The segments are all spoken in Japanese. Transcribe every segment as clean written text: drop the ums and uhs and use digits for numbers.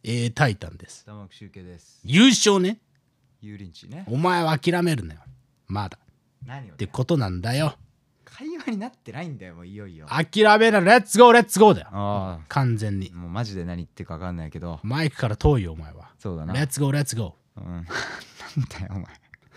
タイタンです。 玉木集計です。 優勝ね。 油淋鶏ね。 お前は諦めるなよ。まだ。 何をってことなんだよ。 会話になってないんだよ、もういよいよ。 諦めるな、レッツゴーレッツゴーだよ。 ああ。 完全に。 もうマジで何言ってるか分かんないけど。 マイクから遠いよ、お前は。 そうだな。 レッツゴーレッツゴー。なんだよ、お前。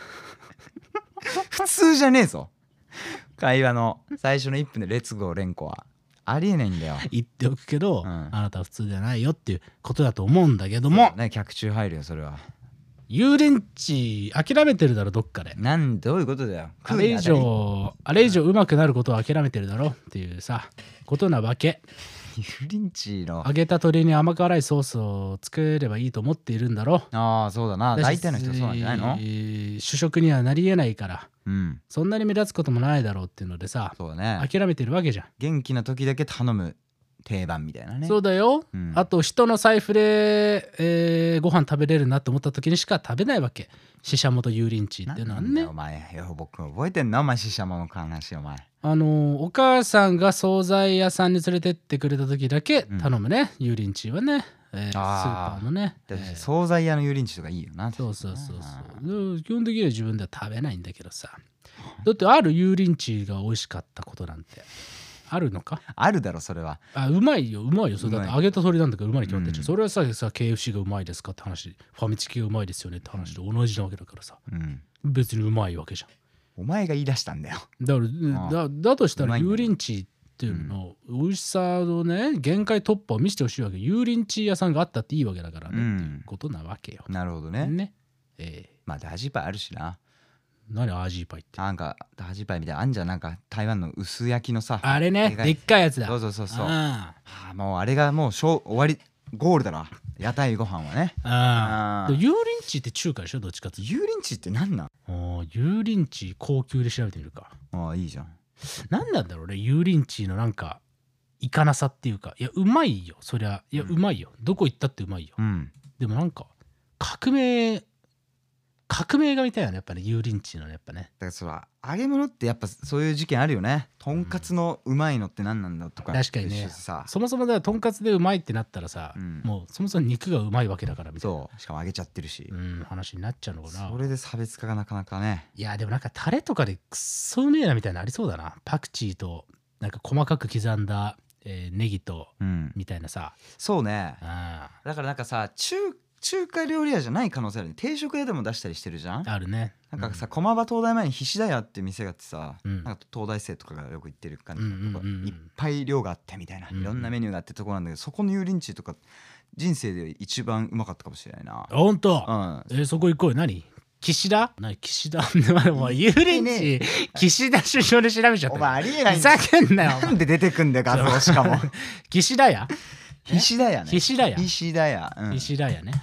普通じゃねえぞ。会話の最初の1分でレッツゴー連呼は。ありえないんだよ。 言っておくけど、あなたは普通じゃないよっていうことだと思うんだけども。 ね、客中入るよ、それは。 油淋鶏諦めてるだろ、どっかで。 どういうことだよ。 あれ以上上手くなることを諦めてるだろっていうさことなわけ。 油淋鶏の揚げた鶏に甘辛いソースを作ればいいと思っているんだろ。 ああ、そうだな。大体の人そうなんじゃないの？ 主食にはなりえないから、そんなに目立つこともないだろうっていうのでさ、 そうだね、 諦めてるわけじゃん。 元気な時だけ頼む定番みたいなね。 そうだよ、あと人の財布で、ご飯食べれるなと思った時にしか食べないわけ。ししゃもと油淋鶏っていうのはね。 お前よ、僕覚えてんな、お前ししゃもの話。お前お母さんが惣菜屋さんに連れてってくれた時だけ頼むね、油淋鶏はね、スーパーのね、 惣菜屋の油淋鶏とかいいよな。 そう基本的には自分では食べないんだけどさ。だってある油淋鶏が美味しかったことなんてあるのか？ あるだろ、それは。 うまいよそれだって揚げた鶏なんだけどうまいに決まってるじゃん。それはさ KFC がうまいですかって話、ファミチキがうまいですよねって話で同じなわけだからさ、別にうまいわけじゃん。 お前が言い出したんだよ。 だとしたら油淋鶏っていうの美味しさのね限界突破を見せてほしいわけ。油淋鶏屋さんがあったっていいわけだからね、っていうことなわけよ。 なるほどね。まあダージーパイあるしな。 何アジーパイって？ なんかダージーパイみたいなあんじゃん。なんか台湾の薄焼きのさ、 あれね、でっかいやつだ。 そうもうあれがもう終わりゴールだな、屋台ご飯はね。 油淋鶏って中華でしょ、どっちかっていうと。 油淋鶏って何なん？ 油淋鶏高級で調べてみるか。 いいじゃん。 何なんだろうね、油淋鶏のなんかいかなさっていうか。いやうまいよ、そりゃ。いやうまいよ、どこ行ったってうまいよ。でもなんか革命が見たいよね、やっぱね、油淋鶏のね、やっぱね。 だからそれは揚げ物ってやっぱそういう事件あるよね。とんかつのうまいのって何なんだとか。 確かにね。そもそもだからとんかつでうまいってなったらさ、もうそもそも肉がうまいわけだからみたいな。 そう、しかも揚げちゃってるし、 話になっちゃうのかな。 それで差別化がなかなかね。 いやでもなんかタレとかでくっそうめえなみたいなのありそうだな。パクチーとなんか細かく刻んだ、ネギと、みたいなさ。 そうね。だからなんかさ、中華料理屋じゃない可能性あるね。定食屋でも出したりしてるじゃん。 あるね。 なんかさ、駒場東大前に菱田屋って店があってさ、なんか東大生とかがよく行ってる感じのとこ、いっぱい量があってみたいな、いろんなメニューがあってとこなんだけど、そこの油淋鶏とか人生で一番うまかったかもしれないな。 ほんと？そこ行こうよ。何？岸田油淋鶏岸田首相で調べちゃった。 お前ありえない。 ふざけんなよ。 なんで出てくんだよ画像。しかも岸田屋菱田屋ね。 菱田屋ね。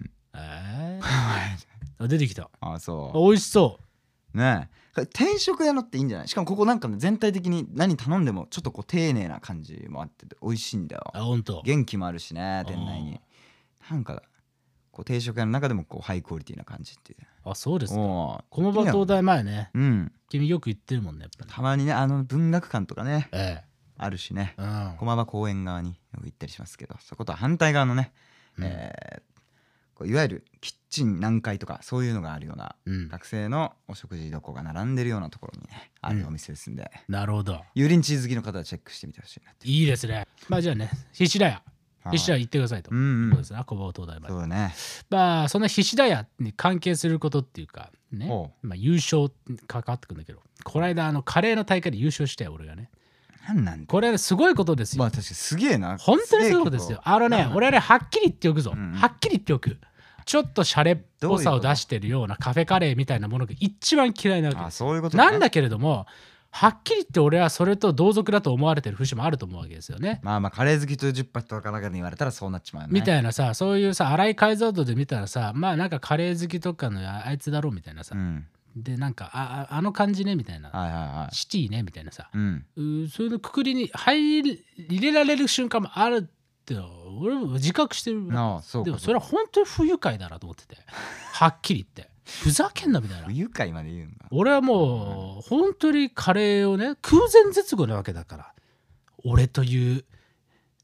出てきた。 そう美味しそうね。定食屋のっていいんじゃない？しかもここなんか全体的に何頼んでもちょっとこう丁寧な感じもあって美味しいんだよ。 ほんと？ 元気もあるしね、店内に。なんかこう定食屋の中でもこうハイクオリティな感じっていう。 そうですか。駒場東大前ね。君よく行ってるもんね、やっぱり。 たまにね、文学館とかね、あるしね。駒場公園側によく行ったりしますけど、そことは反対側のね、いわゆるキッチン南海とかそういうのがあるような、学生のお食事どこが並んでるようなところにねあるお店ですんで、 なるほど。 油淋鶏好きの方はチェックしてみてほしいなって。 いいですね。まあじゃあね、菱田屋行ってくださいと。そうですね、駒場東大前。 そうね。 まあそんな菱田屋に関係することっていうかね、優勝に関わってくるんだけど、この間カレーの大会で優勝したよ俺がね。 なんこれすごいことですよ。 確かにすげえな。 本当にすごいことですよ。俺はねはっきり言っておくぞ。はっきり言っておく。ちょっとシャレっぽさを出してるようなカフェカレーみたいなものが一番嫌いなわけです。 そういうことなんだけれども、はっきり言って俺はそれと同族だと思われてる節もあると思うわけですよね。 まあカレー好きと10発とかに言われたらそうなっちまうよね。 みたいなさ、そういうさ荒い解像度で見たらさ、まあなんかカレー好きとかのあいつだろうみたいなさ、でなんかあの感じねみたいな、シティねみたいなさ、そういうくくりに入れられる瞬間もあるって俺も自覚してる。でもそれは本当に不愉快だなと思ってて、はっきり言ってふざけんなみたいな。 不愉快まで言うんだ。 俺はもう本当にカレーをね空前絶後なわけだから、俺という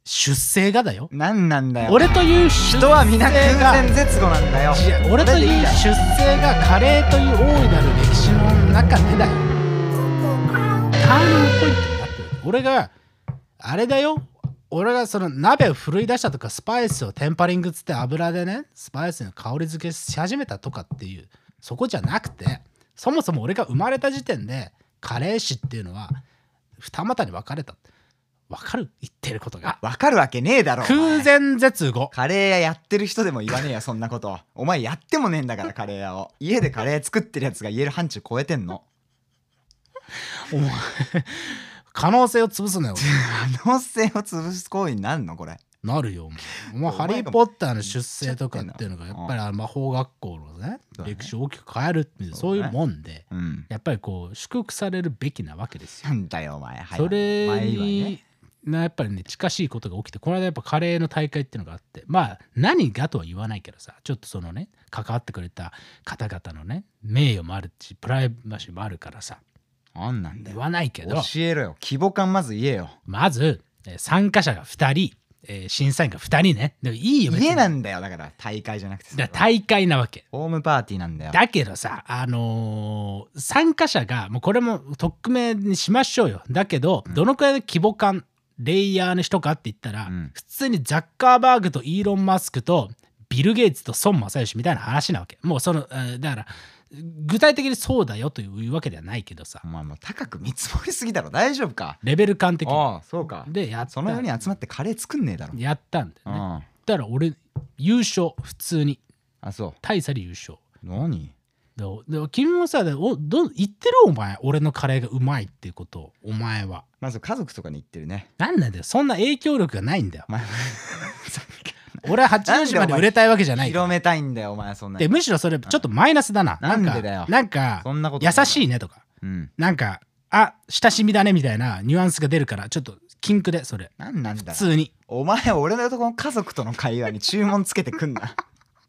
出生がだよ。 何なんだよ。 俺という出生が、 人は皆空前絶後なんだよ。 俺という出生がカレーという大いなる歴史の中でだよ。ターニングポイントになってる。俺があれだよ。俺がその鍋を振るい出したとか、スパイスをテンパリングつって油でね、スパイスの香り付けし始めたとかっていう、そこじゃなくて、そもそも俺が生まれた時点でカレー史っていうのは二股に分かれた。分かる？言ってることが分かるわけねえだろ。 空前絶後。 カレー屋やってる人でも言わねえよそんなこと。お前やってもねえんだからカレー屋を。家でカレー作ってるやつが言える範疇超えてんの。 お前可能性を潰すなよ。 可能性を潰す行為になるのこれ。 なるよ。お前ハリー・ポッターの出生とかっていうのがやっぱり魔法学校のね歴史を大きく変えるっていうそういうもんで、やっぱりこう祝福されるべきなわけですよ。 なんだよお前。 それにやっぱりね近しいことが起きて、この間やっぱカレーの大会っていうのがあって、まあ何がとは言わないけどさ、ちょっとそのね関わってくれた方々のね名誉もあるしプライバシーもあるからさ、 なんなんだよ。 言わないけど教えろよ。規模感まず言えよ。 まず参加者が2人、審査員が2人ね。でもいいよ。 家なんだよ。だから大会じゃなくてだ大会なわけ。 ホームパーティーなんだよ。 だけどさ参加者がもうこれも匿名にしましょうよ。だけど、どのくらいの規模感レイヤーの人かって言ったら、普通にザッカーバーグとイーロン・マスクとビル・ゲイツと孫正義みたいな話なわけ。もうそのだから具体的にそうだよというわけではないけどさ。 お前もう高く見積もりすぎだろ。大丈夫か。 レベル感的に。 ああそうか。 でやった。 そのように集まってカレー作んねえだろ。 やったんだよね。だから俺優勝普通に。 あそう。 大差で優勝。 何？ で君もさ言ってるお前俺のカレーがうまいっていうことを。お前はまず家族とかに言ってるね。 なんなんだよ。そんな影響力がないんだよ。俺は八王子まで売れたいわけじゃない。 広めたいんだよお前そんな。 でむしろそれちょっとマイナスだな。 なんでだよ。 なんかそんなこと優しいねとか、なんか親しみだねみたいなニュアンスが出るからちょっと禁句でそれ。 なんだ普通に。 お前俺のとこの家族との会話に注文つけてくんな。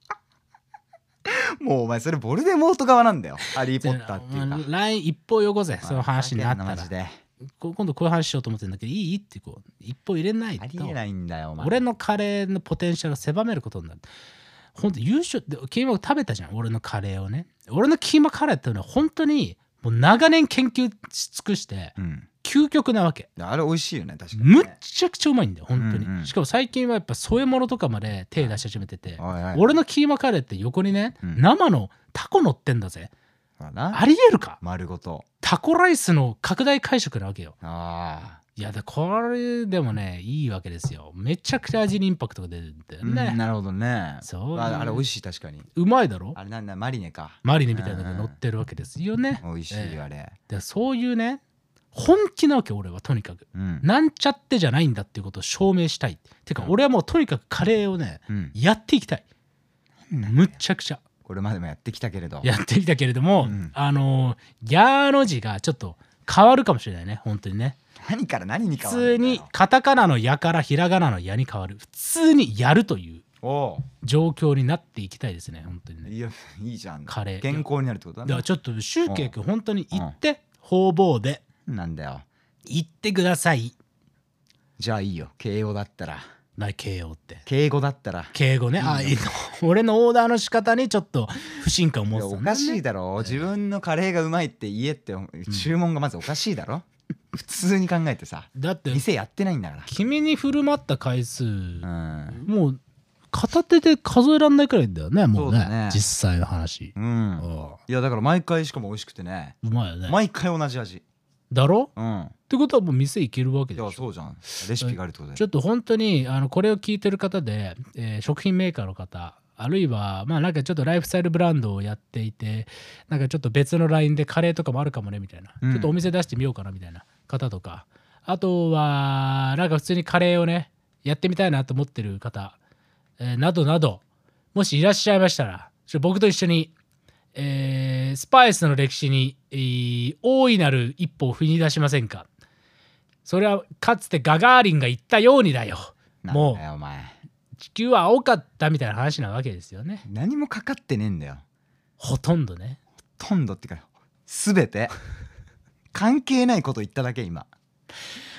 もうお前それボルデモート側なんだよ。ハリー・ポッターっていうか。 LINE 一歩よこぜその話になったら。 マジで今度こういう話しようと思ってるんだけどいいってこう一歩入れないとありえないんだよお前。 俺のカレーのポテンシャルを狭めることになる。本当優勝でキーマ食べたじゃん俺のカレーをね。俺のキーマカレーっていうのは本当にもう長年研究し尽くして、究極なわけ。 あれ美味しいよね確かに、ね。 むっちゃくちゃうまいんだよ本当に、しかも最近はやっぱ添え物とかまで手出し始めてて、俺のキーマカレーって横にね、生のタコ乗ってんだぜ。ありえるか。 丸ごとタコライスの拡大解釈なわけよ。 あいやでこれでもねいいわけですよ。めちゃくちゃ味にインパクトが出るんだよね。 なるほどね。 そうあれ美味しい確かに。 うまいだろ。 あれなんだマリネか。 マリネみたいなのが乗ってるわけですよね。 美味しいあれ。 でそういうね本気なわけ俺はとにかく、なんちゃってじゃないんだっていうことを証明したい。っていうか俺はもうとにかくカレーをね、やっていきたい。むっちゃくちゃ。 これまでもやってきたけれど。 やってきたけれども、ギャーの字がちょっと変わるかもしれないね本当にね。 何から何に変わる？ 普通にカタカナのやからひらがなのやに変わる。普通にやるという状況になっていきたいですね本当にね。 いやいいじゃん。 カレー健康になるってことだね。 だからちょっとシュウケイ君本当に行って方々でなんだよ行ってください。 じゃあいいよ敬語だったら。 敬語って敬語だったら敬語ね。俺のオーダーの仕方にちょっと不信感を持つ、 おかしいだろ。自分のカレーがうまいって言えって注文がまずおかしいだろ。普通に考えてさ。 だって店やってないんだから。 君に振る舞った回数、もう片手で数えらんないくらいだよねもう ね実際の話。 いやだから毎回しかも美味しくてね。 うまいよね。 毎回同じ味だろ。ってことはもう店行けるわけでしょ。 いやそうじゃん。レシピがあるってことで。 ちょっと本当にこれを聞いてる方で、食品メーカーの方あるいはまあなんかちょっとライフスタイルブランドをやっていてなんかちょっと別のラインでカレーとかもあるかもねみたいな、ちょっとお店出してみようかなみたいな方とか、あとはなんか普通にカレーをねやってみたいなと思ってる方、などなどもしいらっしゃいましたら僕と一緒にスパイスの歴史に、大いなる一歩を踏み出しませんか。それはかつてガガーリンが言ったようにだよ。もうお前地球は青かったみたいな話なわけですよね。 何もかかってねえんだよ。 ほとんどね。 ほとんどってか全て関係ないこと言っただけ今。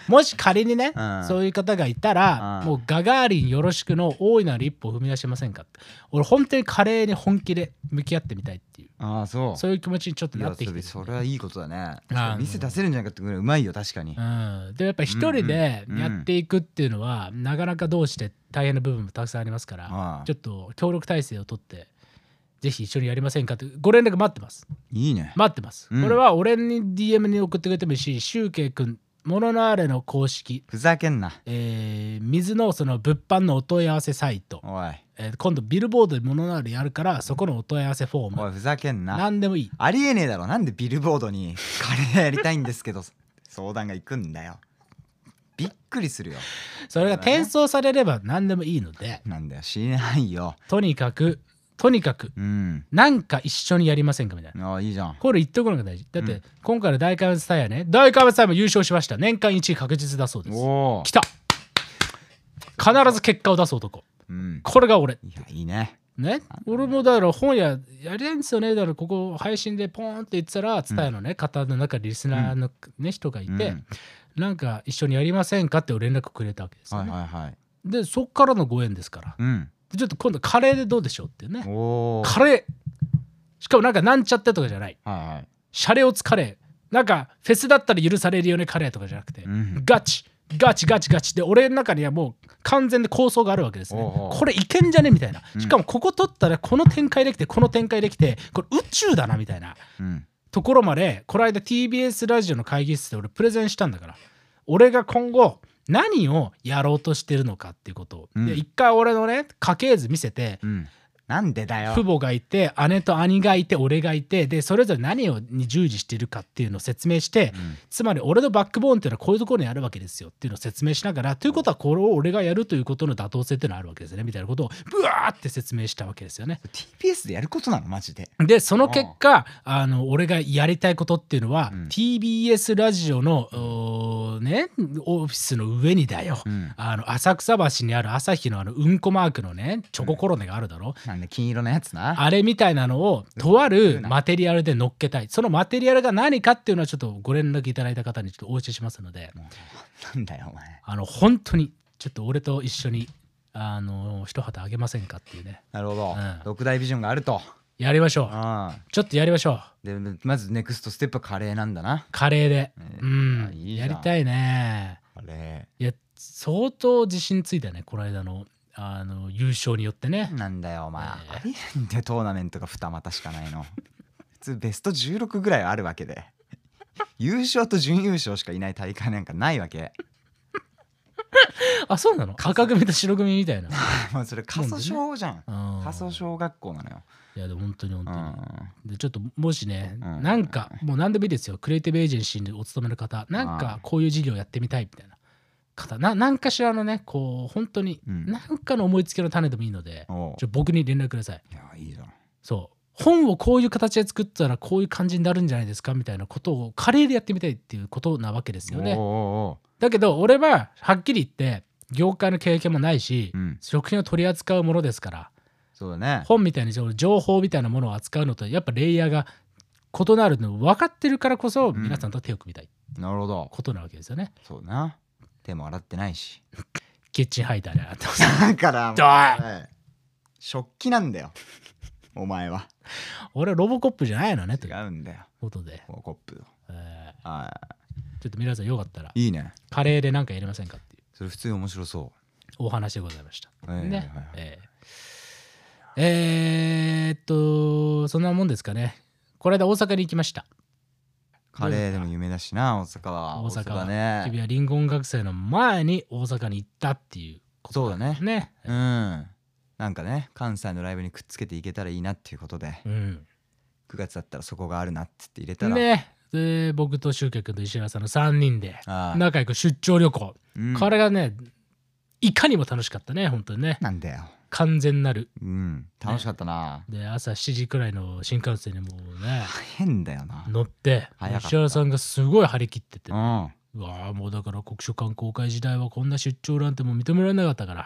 もし仮にね、そういう方がいたら、もうガガーリンよろしくの大いなる一歩を踏み出しませんかって。俺本当にカレーに本気で向き合ってみたいっていう、そういう気持ちにちょっとなってきてる。 それはいいことだね。店出せるんじゃないかってぐらいうまいよ、確かに。 でやっぱ一人でやっていくっていうのは、なかなかどうして大変な部分もたくさんありますから、ちょっと協力体制を取ってぜひ一緒にやりませんかってご連絡待ってます。 いいね。 待ってます。これは俺に DM に送ってくれてもいいし、シュウケイ君モノノアーレの公式、 ふざけんな、 水のその物販のお問い合わせサイト、今度ビルボードでモノノアーレやるから、そこのお問い合わせフォーム、 おいふざけんな、 何でもいい。 ありえねえだろ。なんでビルボードにカレーやりたいんですけど相談が行くんだよ。びっくりするよ。 それが転送されれば何でもいいので。 なんだよ、知らないよ。 とにかく、なんか一緒にやりませんかみたいな。 いいじゃん。 これ言っとくのが大事。だって、今回の大怪物タイヤね、大怪物タイヤも優勝しました。年間1位確実だそうです。来た、必ず結果を出す男、これが俺。 いや、いいね。 俺もだから本屋やりたいんですよね。だからここ配信でポーンって言ってたら、ツタヤのね方の中でリスナーのね人がいて、なんか一緒にやりませんかって連絡くれたわけですよね。でそっからのご縁ですから。ちょっと今度カレーでどうでしょうっていうね。カレー、しかもなんかなんちゃってとかじゃない、シャレオツカレー、なんかフェスだったら許されるよねカレーとかじゃなくて、ガチで俺の中にはもう完全で構想があるわけですね。これいけんじゃねみたいな。しかもここ取ったらこの展開できてこの展開できて、これ宇宙だなみたいなところまで、この間 TBS ラジオの会議室で俺プレゼンしたんだから、俺が今後何をやろうとしてるのかっていうことを、で一回俺のね家系図見せて、 なんでだよ。 父母がいて姉と兄がいて俺がいて、でそれぞれ何に従事しているかっていうのを説明して、つまり俺のバックボーンっていうのはこういうところにあるわけですよっていうのを説明しながら、ということはこれを俺がやるということの妥当性っていうのはあるわけですねみたいなことをブワーって説明したわけですよね。 TBS でやることなのマジで。 でその結果俺がやりたいことっていうのは、TBS ラジオのねオフィスの上にだよ、浅草橋にある朝日のうんこマークのねチョココロネがあるだろ、 なんで金色のやつな、 あれみたいなのをとあるマテリアルで乗っけたい。そのマテリアルが何かっていうのはちょっとご連絡いただいた方にちょっとお教えしますので、 なんだよお前、 本当にちょっと俺と一緒に一旗あげませんかっていうね。 なるほど、6大ビジョンがあると。やりましょう。ちょっとやりましょう。 でまずネクストステップはカレーなんだな。 カレーで、やりたいね。 カレー、いや相当自信ついたねこの間の優勝によってね。 なんだよお前、ありえんでトーナメントが2股しかないの。普通ベスト16ぐらいあるわけで、優勝と準優勝しかいない大会なんかないわけ。 あ、そうなの。赤組と白組みたいな。 もうそれ過疎小じゃん。過疎小学校なのよ。 いやでも本当にでちょっともしね、なんかもう何でもいいですよ。クリエイティブエージェンシーにお勤めの方、なんかこういう事業やってみたいみたいな方、なんかしらのね、こう本当になんかの思いつきの種でもいいので、僕に連絡ください。 いやいいじゃん。 そう本をこういう形で作ったらこういう感じになるんじゃないですかみたいなことをカレーでやってみたいっていうことなわけですよね。だけど俺ははっきり言って業界の経験もないし、食品を取り扱うものですから、 そうだね、 本みたいに情報みたいなものを扱うのとやっぱレイヤーが異なるの分かってるからこそ、皆さんと手を組みたい、 なるほどことなわけですよね。 そうな、手も洗ってないしキッチンハイターで洗ってます。 だから食器なんだよお前は。 俺はロボコップじゃないのねと違うんだよことで、 ロボコップ、 ちょっと皆さんよかったらいいね、 カレーで何かやりませんかっていう、 それ普通に面白そうお話でございました。そんなもんですかね。これで大阪に行きました。 カレーでも有名だしな、大阪は。 大阪ね。君はリンゴ音楽祭の前に大阪に行ったっていうことだね。 そうだね。なんかね、関西のライブにくっつけていけたらいいなっていうことで、9月だったらそこがあるなって言って入れたらね。で僕とシュウケイ君と石原さんの3人で仲良く出張旅行、これがねいかにも楽しかったね本当にね。 なんだよ、 完全なる、 楽しかったな。 で朝7時くらいの新幹線にもうね変だよな乗って石原さんがすごい張り切ってて、うわもうだから国書館公開時代はこんな出張なんてもう認められなかったから、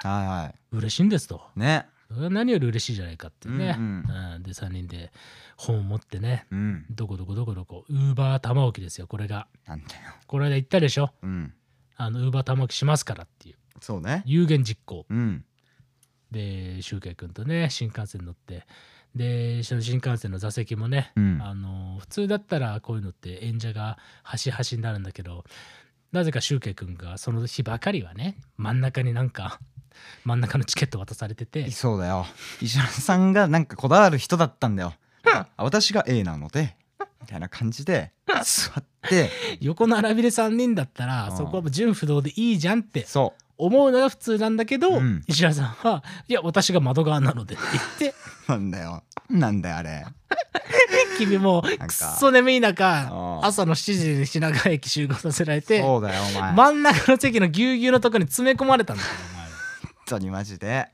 嬉しいんですとね。それは何より嬉しいじゃないかっていうね。で3人で本を持ってね、どこウーバー玉置ですよ。これがなんだよ、この間行ったでしょ。 ウーバー玉置しますからっていうそうね有言実行、 うん、 でシュウケイ君とね新幹線乗って、でその新幹線の座席もね、 うん、 普通だったらこういうのって演者が端々になるんだけど、なぜかシュウケイ君がその日ばかりはね真ん中になんか真ん中のチケット渡されてて、 そうだよ、石原さんがなんかこだわる人だったんだよ私が A なのでみたいな感じで座って横並びで3人だったら、そこはもう純不動でいいじゃんって思うのが普通なんだけど、石原さんはいや私が窓側なのでって言ってなんだよあれ君もくっそ眠い中朝の7時に品川駅集合させられて、 そうだよお前真ん中の席のぎゅうぎゅうのとこに詰め込まれたんだからお前本当にマジで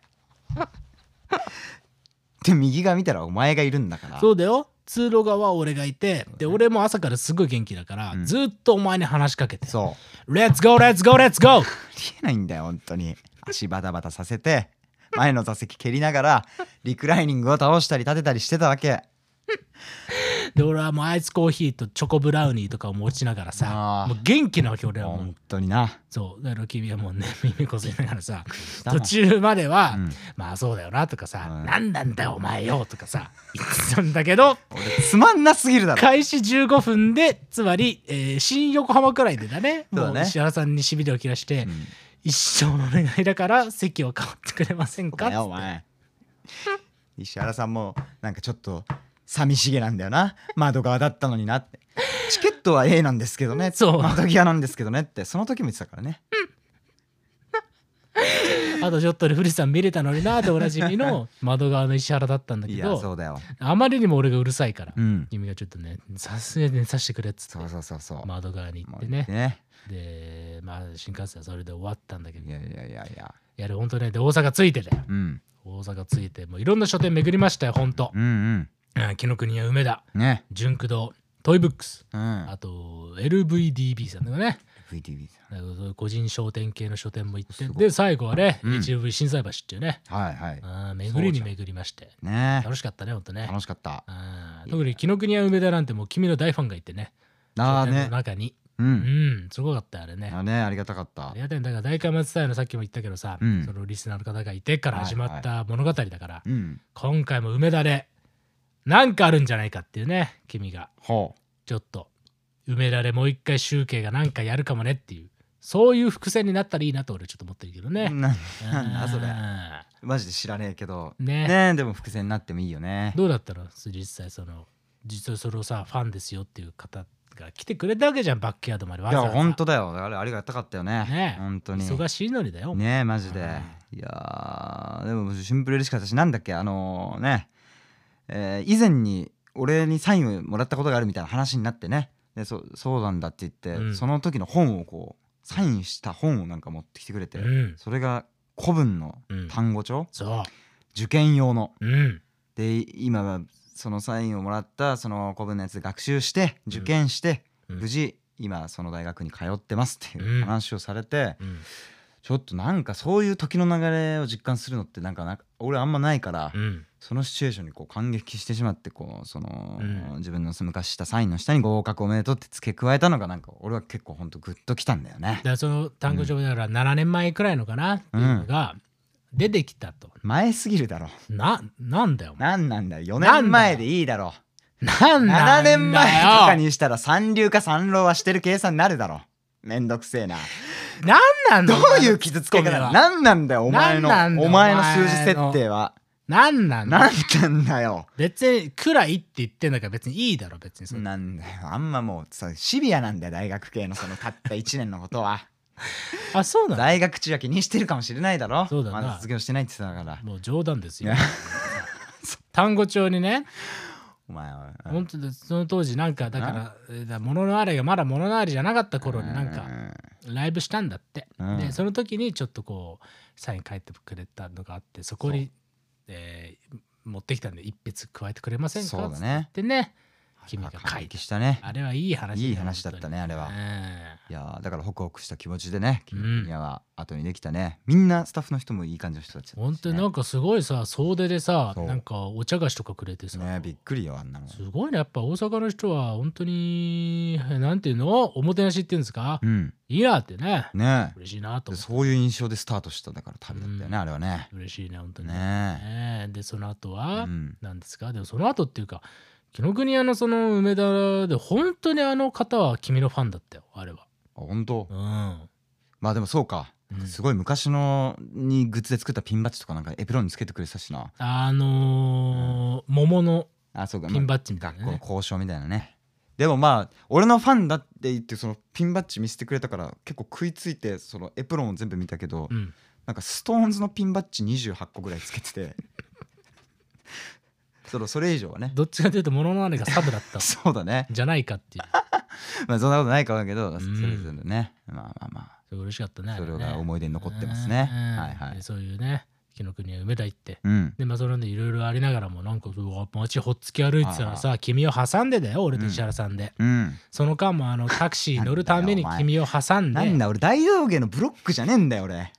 で右側見たらお前がいるんだから。 そうだよ、通路側は俺がいて、で俺も朝からすごい元気だから、ずっとお前に話しかけて、そうレッツゴーレッツゴーレッツゴー、ありえないんだよ本当に。足バタバタさせて前の座席蹴りながらリクライニングを倒したり立てたりしてたわけで俺はもうアイスコーヒーとチョコブラウニーとかを持ちながらさ、もう元気なわけ俺はもう本当にな。 そうだから君はもうね耳こすりながらさ途中までは、まあそうだよなとかさ、なんなんだよお前よとかさ言ってたんだけど俺つまんなすぎるだろ。 開始15分でつまり、新横浜くらいでだね、もう石原さんにしびれを切らして、一生のお願いだから席を変わってくれませんかって。お前石原さんもなんかちょっと寂しげなんだよな、窓側だったのになって。チケットは A なんですけどね、そう窓際なんですけどねってその時も言ってたからね、 あとちょっとで富士山見れたのになっておなじみの窓側の石原だったんだけど、 いやそうだよ、 あまりにも俺がうるさいから、君がちょっとねさすがに寝させてくれっつってそう窓側に行ってね、でまあ新幹線はそれで終わったんだけど、いやで本当ね、で大阪着いてたよ、大阪着いてもういろんな書店巡りましたよ本当。紀ノ国屋梅田、純駆動、トイブックス、あと LVDB さんとかね、個人商店系の書店も行って、で最後はね HV 心斎橋っていうね、巡りに巡りまして楽しかったね本当ね。 楽しかった。 特に紀ノ国屋梅田なんてもう君の大ファンがいてね、書店の中にすごかったあれね。 ありがたかった。 ありがたいんだから大会松伝のさっきも言ったけどさ、そのリスナーの方がいてから始まった物語だから、今回も梅田でなんかあるんじゃないかっていうね、君がちょっと梅田でもう一回集計がなんかやるかもねっていう、そういう伏線になったらいいなと俺ちょっと思ってるけどね。 なんだそれマジで知らねえけどね。でも伏線になってもいいよね。 どうだったの実際実はそれをさファンですよっていう方が来てくれたわけじゃん、バックヤードまで。 いや本当だよ、ありがたかったよね本当に。 忙しいのにだよねマジで。いやでもシンプル嬉しかったし、なんだっけ以前に俺にサインをもらったことがあるみたいな話になってね、でそうなんだって言って、その時の本をこうサインした本をなんか持ってきてくれて、それが古文の単語帳、受験用の、で今はそのサインをもらったその古文のやつで学習して受験して、無事今その大学に通ってますっていう話をされて、ちょっとなんかそういう時の流れを実感するのってなんか俺あんまないから、そのシチュエーションにこう感激してしまって、こうその、自分の昔したサインの下に合格おめでとうって付け加えたのがなんか俺は結構ほんとグッときたんだよね。 だからその単語帳だから7年前くらいのかなっていうのが出てきたと。 前すぎるだろ。 なんだよ。 なんだよ。4年前でいいだろ。 7 年前とかにしたら三流か三浪はしてる計算になるだろ。めんどくせえな。 なんだどういう傷つけ方なんなんだよお前の数字設定は。なんなんだよ。 別にくらいって言ってんだから別にいいだろ別に。 なんだよ、あんまもうさシビアなんだよ大学系のそのたった1年のことは。 あ、そうなの。 大学中は気にしてるかもしれないだろ。 そうだな、 まだ卒業してないって言ってたから。 もう冗談ですよ。単語帳にね、 お前は本当でその当時なんかだから物のあれがまだ物のありじゃなかった頃になんかライブしたんだって、でその時にちょっとこうサイン書いてくれたのがあって、そこに持ってきたんで一筆加えてくれませんかってね、 君が書いてしたね。 あれはいい話だったねあれは。いやだからホクホクした気持ちでね、紀ノ国屋は後にできたね。みんなスタッフの人もいい感じの人たちだったしね。 本当になんかすごいさ、総出でさ、なんかお茶菓子とかくれてさ、 ね、びっくりよあんなの。 すごいね、やっぱ大阪の人は本当になんていうの、おもてなしっていうんですか、いいなってね。嬉しいなと。 そういう印象でスタートしただから旅だったよね、あれはね。 嬉しいね本当にね。でその後は何ですか。でもその後っていうか、紀ノ国屋のその梅田で本当にあの方は君のファンだったよあれは。 本当。まあでもそうか、すごい昔のにグッズで作ったピンバッジとかなんかエプロンにつけてくれてたしな。 桃のピンバッジみたいな、 学校の交渉みたいなね。でもまあ俺のファンだって言ってそのピンバッジ見せてくれたから結構食いついてそのエプロンを全部見たけど、なんかストーンズのピンバッジ28個ぐらいつけててそれ以上はね、 どっちかというと物のあれがサブだったそうだね、 じゃないかっていうまあそんなことないかだけど、それぞれね、まあ嬉しかったね。 それが思い出に残ってますね。はいはい。 そういうね、紀ノ国屋梅田行って、でまあそれでいろいろありながらもなんか街ほっつき歩いてたらさ、君を挟んでだよ俺と石原さんで。その間もタクシー乗るために君を挟んで。 なんだ俺大道芸のブロックじゃねえんだよ俺。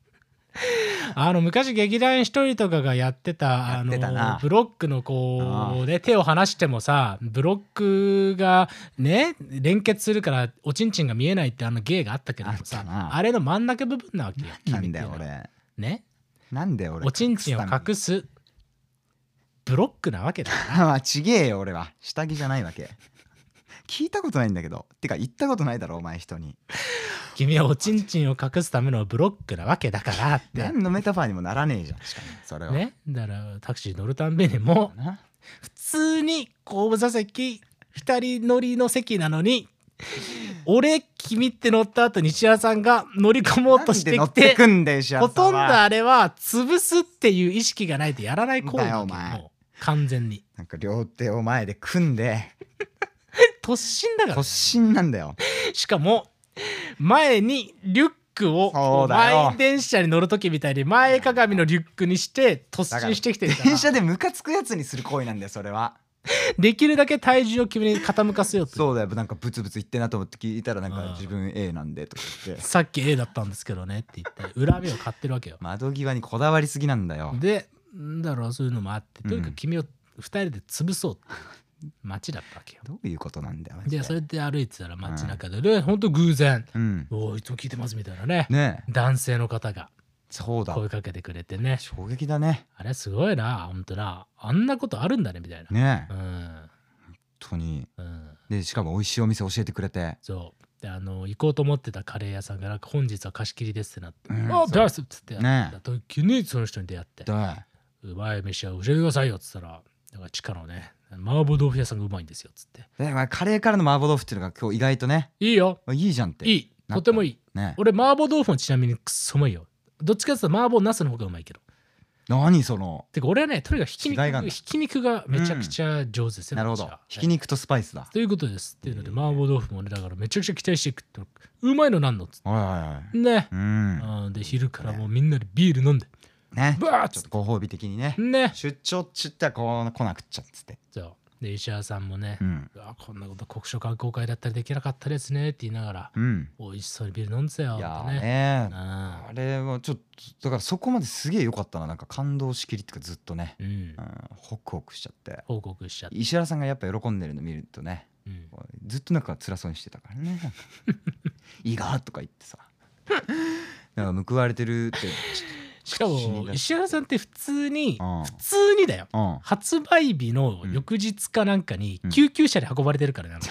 昔劇団一人とかがやってたブロックのこうで手を離してもさ、ブロックがね連結するからおちんちんが見えないって芸があったけどもさ、あれの真ん中部分なわけよ。 なんだよ俺ね、 なんで俺おちんちんを隠すブロックなわけだから。 まあちげえよ俺は下着じゃないわけ。聞いたことないんだけど、てか言ったことないだろお前人に。 君はおちんちんを隠すためのブロックなわけだからって。 何のメタファーにもならねえじゃん。しかもそれはね、だからタクシー乗るたんびにも普通に後部座席2人乗りの席なのに俺君って乗った後に石原さんが乗り込もうとしてきて、ほとんどあれは潰すっていう意識がないとやらない行為だよお前。完全になんか両手を前で組んで突進だから。 突進なんだよ。 しかも前にリュックを満員電車に乗る時みたいに前かがみのリュックにして突進してきてるから。 電車でムカつくやつにする行為なんだよそれは。 できるだけ体重を君に傾かせようと。 そうだよ、なんかブツブツ言ってなと思って聞いたらなんか自分 A なんでとか言って、 さっき A だったんですけどねって言って恨みを買ってるわけよ。 窓際にこだわりすぎなんだよ。 でだろう、そういうのもあってとにかく君を2人で潰そうって街だったわけよ。 どういうことなんだよ。 でそれで歩いてたら街中でね、ほんと偶然「おいつも聞いてます」みたいなね男性の方が声かけてくれてね。 衝撃だね。 あれすごいなほんとな、あんなことあるんだねみたいなね。本当に。でしかも美味しいお店教えてくれて、 そうで行こうと思ってたカレー屋さんがなんか本日は貸し切りですってなって「あっダース!」っつってやった時にその人に出会って「うまい飯は教えてくださいよ」っつったら、だから地下のね麻婆豆腐屋さんがうまいんですよっつって。 カレーからの麻婆豆腐っていうのが今日意外とねいいよ、 いいじゃんって。 いい、とてもいい。俺麻婆豆腐もちなみにくっそもいいよ。どっちかっていうと麻婆ナスの方がうまいけど。 何そのてか俺はねとにかくひき肉がめちゃくちゃ上手ですよ。 なるほど、ひき肉とスパイスだということですっていうので、麻婆豆腐もねだからめちゃくちゃ期待していくってうまいのなんのっつってね。で昼からもうみんなでビール飲んでね、バーッちょっとご褒美的にね出張っちったらこう来なくっちゃっつって。 そうで石原さんもね、こんなこと国書観光会だったらできなかったですねって言いながら、美味しそうにビール飲んでたよってね。 あれはちょっとだからそこまですげえ良かったな。なんか感動しきりっていうかずっとね、ホクホクしちゃって。石原さんがやっぱ喜んでるの見るとね、ずっとなんか辛そうにしてたからね。いいがとか言ってさなんか報われてるって。 しかも石原さんって普通にだよ、発売日の翌日かなんかに救急車で運ばれてるからね。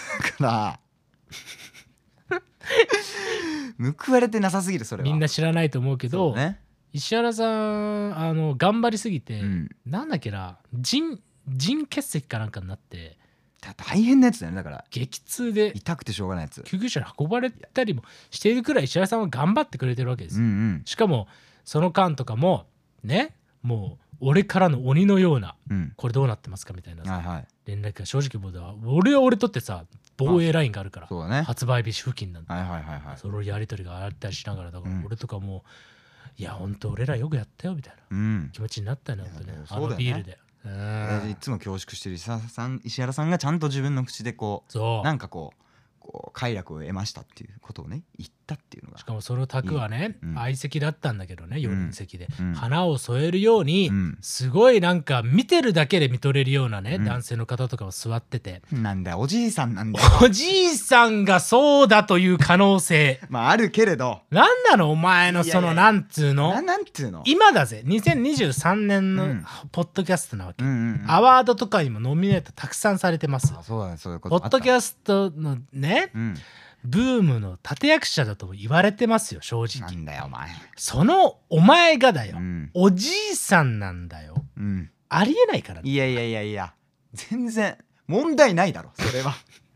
報われてなさすぎる。それはみんな知らないと思うけど、石原さん頑張りすぎてなんだっけな、腎結石かなんかになって大変なやつだよね。だから激痛で痛くてしょうがないやつ、 救急車で運ばれたりもしているくらい石原さんは頑張ってくれてるわけですよ。しかもその間とかもね、もう俺からの鬼のような、これどうなってますかみたいな連絡が正直もう俺は俺とってさ防衛ラインがあるから、発売日付近なんてそのやり取りがあったりしながら、だから俺とかもいやほんと俺らよくやったよみたいな気持ちになったよね。あのビールでいつも恐縮してる石原さんがちゃんと自分の口でこうなんかこう快楽を得ましたっていうことをね言ったっていうのが、 しかもその卓はね相席だったんだけどね、4人席で花を添えるようにすごいなんか見てるだけで見とれるようなね男性の方とかも座ってて、 なんだよおじいさんなんだよおじいさんがそうだという可能性まああるけれど、 なんなのお前のそのなんつうの今だぜ、2023年のポッドキャストなわけ、アワードとかにもノミネートたくさんされてます。 そうだね、そういうことポッドキャストのね、ブームの立役者だと言われてますよ正直。 なんだよお前、 そのお前がだよ、おじいさんなんだよ、ありえないからね。 いや全然問題ないだろそれは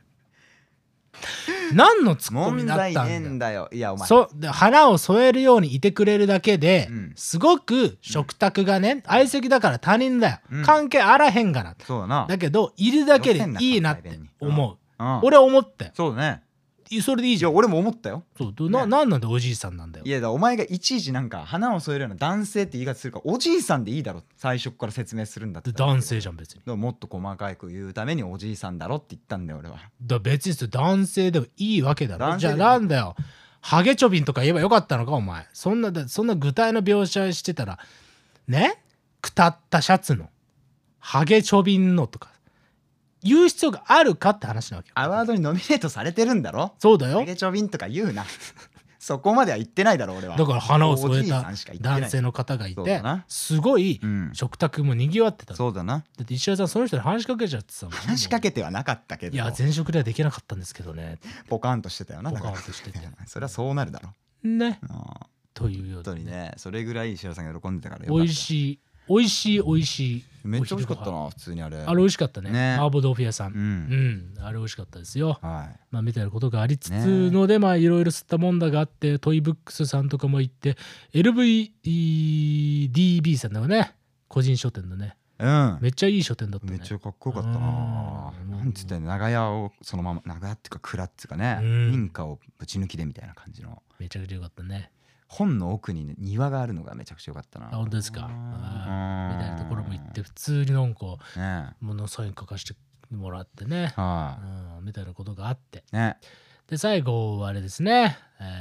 何のツッコミだったんだよ。 問題ねえんだよ。いやお前花を添えるようにいてくれるだけで、すごく食卓がね相席だから他人だよ、関係あらへんがな、 そうだな、 だけどいるだけでいいなって思う、俺は思ったよ。 そうだね、 それでいいじゃん。 いや俺も思ったよ。 そうなんでおじいさんなんだよ。 いやだお前がいちいちなんか花を添えるような男性って言い方するから、おじいさんでいいだろ最初から説明するんだって。 男性じゃん別に。 もっと細かく言うためにおじいさんだろって言ったんだよ俺は。 別に男性でもいいわけだろ。じゃあなんだよハゲチョビンとか言えばよかったのかお前。そんな具体の描写してたらね、くたったシャツのハゲチョビンのとか言う必要があるかって話なわけよ。 アワードにノミネートされてるんだろ。 そうだよ。 ハゲチョビンとか言うなそこまでは言ってないだろ俺は。 だから花を添えた男性の方がいてすごい食卓もにぎわってた。 そうだな。 だって石原さんその人に話しかけちゃってさ。 話しかけてはなかったけど、 いや前職ではできなかったんですけどね。 ポカンとしてたよな。 ポカンとしててそれはそうなるだろね。というような。本当にね、それぐらい石原さんが喜んでたからよかった。 美味しいめっちゃ美味しかったな普通にあれ美味しかったね。麻婆豆腐屋さん、あれ美味しかったですよ。まあみたいなことがありつつので、まあいろいろ吸ったもんだがあって、トイブックスさんとかも行って LVDB さんだよね、個人書店のね、めっちゃいい書店だったね。 めっちゃかっこよかったな。なんつって長屋をそのまま長屋っていうか蔵っていうかね、民家をぶち抜きでみたいな感じの、 めちゃくちゃよかったね。 本の奥にね庭があるのがめちゃくちゃ良かったな。 本当ですか。みたいなところも行って普通になんか物サイン書かせてもらってね、みたいなことがあって、で最後はあれですね、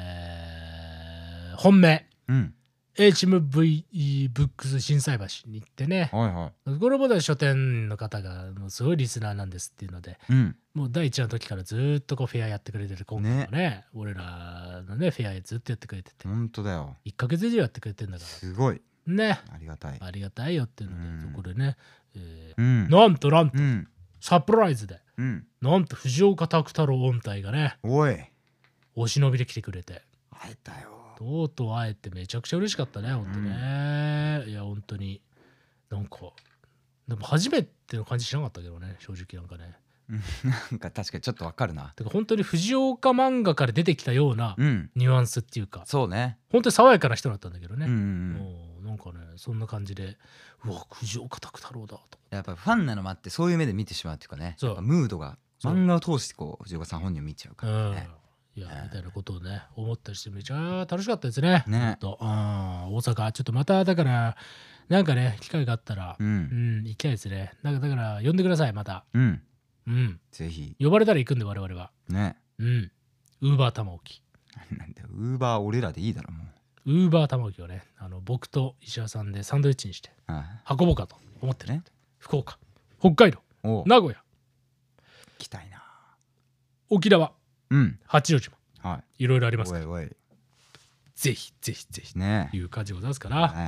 本命、HMV ブックス心斎橋に行ってね、これも書店の方がもうすごいリスナーなんですっていうので、もう第一の時からずっとこうフェアやってくれてる、今回もね俺らのねフェアずっとやってくれてて、 本当だよ 1ヶ月以上やってくれてるんだからすごいね、 ありがたいよっていうので、そこでね、なんとサプライズで、なんと藤岡拓太郎音体がねお忍びで来てくれて、 会えたよ。 とうとう会えてめちゃくちゃ嬉しかったね、本当ね。いや本当になんかでも初めての感じしなかったけどね、正直なんかね。 なんか確かにちょっとわかるな。 てか本当に藤岡漫画から出てきたようなニュアンスっていうか、 そうね、 本当に爽やかな人だったんだけどね。なんかねそんな感じで、うわ藤岡拓太郎だと。 やっぱファンなのもあってそういう目で見てしまうっていうかね、やっぱムードが漫画を通してこう藤岡さん本人を見ちゃうからね。 いやみたいなことをね思ったりしてめちゃ楽しかったですね。大阪ちょっとまただからなんかね機会があったら行きたいですね。だから呼んでくださいまた。 ぜひ呼ばれたら行くんで我々はね。 ウーバー玉置なんだよウーバー俺らでいいだろもう。ウーバー玉置をね僕と石原さんでサンドイッチにして運ぼうかと思ってる。福岡、北海道、名古屋、 来たいな、 沖縄、八丈島、いろいろありますから、ぜひぜひぜひという感じでございますから、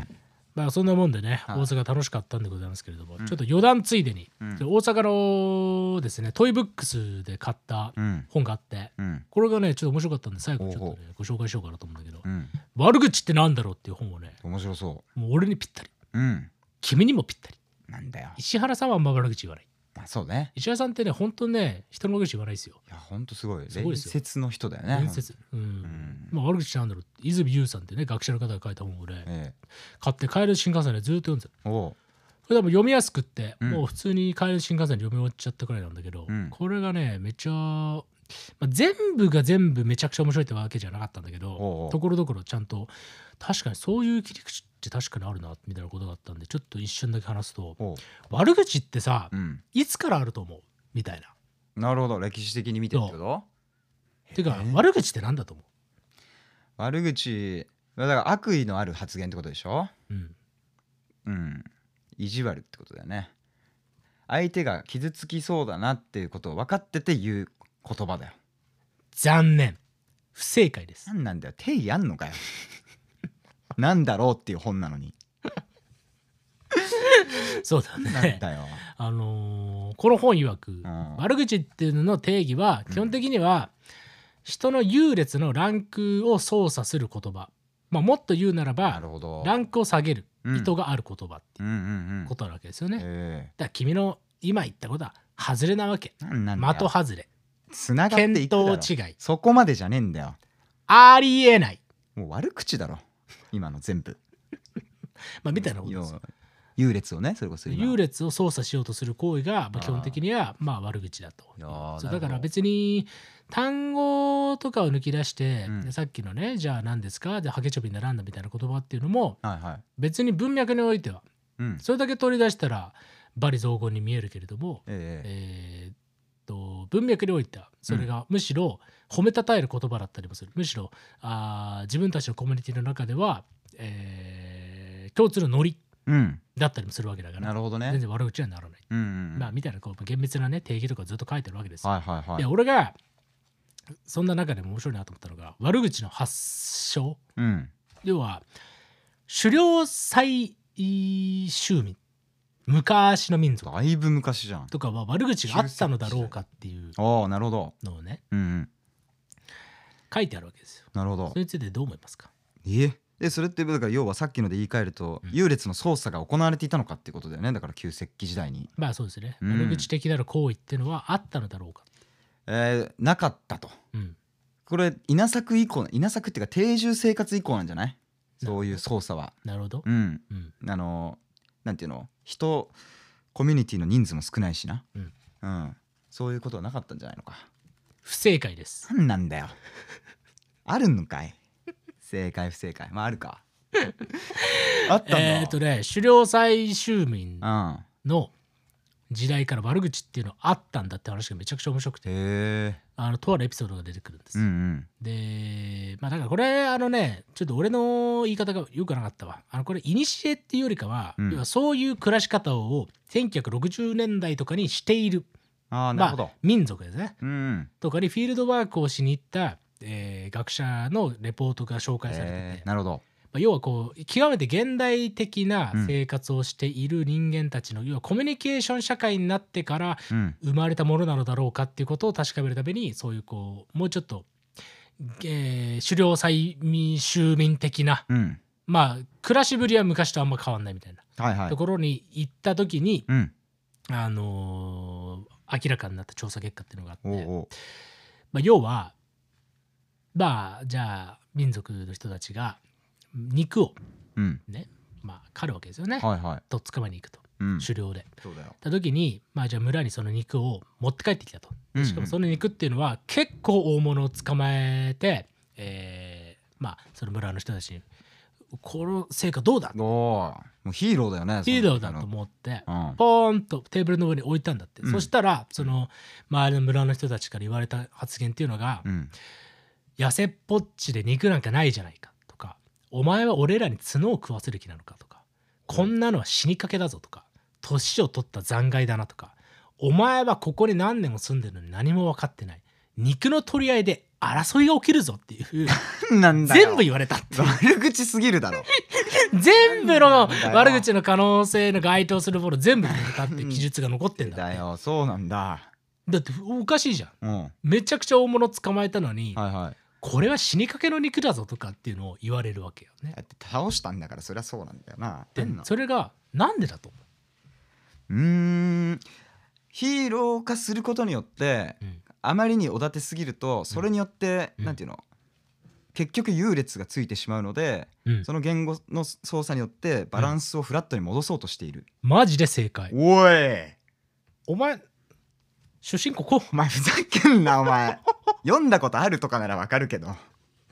まあそんなもんでね、大阪楽しかったんでございますけれども、ちょっと余談ついでに、大阪のですねトイブックスで買った本があって、これがねちょっと面白かったんで最後ちょっとねご紹介しようかなと思うんだけど、悪口ってなんだろうっていう本をね、 面白そう、 もう俺にぴったり、君にもぴったり。 なんだよ、 石原さんはあんま悪口言わない。 そうね、 石原さんってね本当ね人の悪口言わないですよ。 いや本当すごい伝説の人だよね。 伝説。まあ悪口なんだろう、泉優さんってね学者の方が書いた本をね、買って帰る新幹線でずっと読んでた。これ多分読みやすくって、もう普通に帰る新幹線で読み終わっちゃったくらいなんだけど、これがねめっちゃ全部が全部めちゃくちゃ面白いってわけじゃなかったんだけど、ところどころちゃんと確かにそういう切り口って確かにあるなみたいなことがあったんで、ちょっと一瞬だけ話すと、悪口ってさ、いつからあると思うみたいな。 なるほど、歴史的に見てってこと？ てか悪口って何だと思う？ 悪口だから悪意のある発言ってことでしょ。意地悪ってことだよね。相手が傷つきそうだなっていうことを分かってて言う言葉だよ。 残念、不正解です。 何なんだよ、定義あんのかよなんだろうっていう本なのにそうだね。 なんだよ。 この本曰く、悪口っていうのの定義は基本的には、人の優劣のランクを操作する言葉、もっと言うならばランクを下げる意図がある言葉っていうことなわけですよね。だから君の今言ったことは外れなわけ。的外れ、 つながっていくだろ。 見当違い、 そこまでじゃねえんだよ。 ありえない。 もう悪口だろ今の全部みたいなことです。 優劣をね、それこそ優劣を操作しようとする行為が、基本的には悪口だと。そうだから別に単語とかを抜き出して、さっきのね、じゃあ何ですか、でハゲチョビに並んだみたいな言葉っていうのも、別に文脈においては、それだけ取り出したら罵詈雑言に見えるけれども、文脈においてはそれがむしろ褒めたたえる言葉だったりもする。むしろ自分たちのコミュニティの中では、共通のノリだったりもするわけだから、 なるほどね、 全然悪口にはならない、みたいな厳密なね定義とかずっと書いてるわけですよ。で俺がそんな中でも面白いなと思ったのが、悪口の発祥、要は狩猟採集民、昔の民族、 だいぶ昔じゃんとかは悪口があったのだろうかっていうなるほどのをね、書いてあるわけですよ。 なるほど。 それについてどう思いますか？ でそれってだから要はさっきので言い換えると、優劣の操作が行われていたのかっていうことだよね。だから旧石器時代にそうですね、悪口的なる行為っていうのはあったのだろうか、 なかったと、これ稲作以降、稲作っていうか定住生活以降なんじゃない？そういう操作は。 なるほど。 なんていうの、コミュニティの人数も少ないしな、そういうことはなかったんじゃないのか。 不正解です。 なんなんだよあるのかい、正解不正解。あるかあったんだ。 狩猟採集民の時代から悪口っていうのあったんだって話がめちゃくちゃ面白くて、とあるエピソードが出てくるんです。でだからこれちょっと俺の言い方がよくなかったわ。これイニシエっていうよりかは、要はそういう暮らし方を1960年代とかにしている民族ですね、とかにフィールドワークをしに行った、学者のレポートが紹介されてて、 なるほど。 要は極めて現代的な生活をしている人間たちの、要はコミュニケーション社会になってから生まれたものなのだろうかっていうことを確かめるために、そういうもうちょっと、狩猟採集民的な、暮らしぶりは昔とあんま変わんないみたいな、ところに行った時に、明らかになった調査結果っていうのがあって、要はじゃあ民族の人たちが肉をね、狩るわけですよね、とっ捕まえに行くと、狩猟で。そうだよ。た時にじゃあ村にその肉を持って帰ってきたと。しかもその肉っていうのは結構大物を捕まえて、その村の人たちにこの成果どうだ、 もうヒーローだよね。 ヒーローだと思って、ポーンとテーブルの上に置いたんだって。そしたらその周りの村の人たちから言われた発言っていうのが、痩せっぽっちで肉なんかないじゃないかとか、お前は俺らに角を食わせる気なのかとか、こんなのは死にかけだぞとか、年を取った残骸だなとか、お前はここに何年も住んでるのに何も分かってない、肉の取り合いで争いが起きるぞっていうなんだよ、 全部言われたって。 悪口すぎるだろ全部の悪口の可能性の該当するもの全部言われたって記述が残ってんだって。 だよ、そうなんだ。 だっておかしいじゃん、めちゃくちゃ大物捕まえたのに、これは死にかけの肉だぞとかっていうのを言われるわけよね。 だって倒したんだからそりゃそうなんだよな。 でそれがなんでだと思う？ ヒーロー化することによって、あまりにおだてすぎるとそれによって、なんていうの、結局優劣がついてしまうので、その言語の操作によってバランスをフラットに戻そうとしている。 マジで正解。 おい、 お前出身ここ。 お前ふざけんなお前読んだことあるとかならわかるけど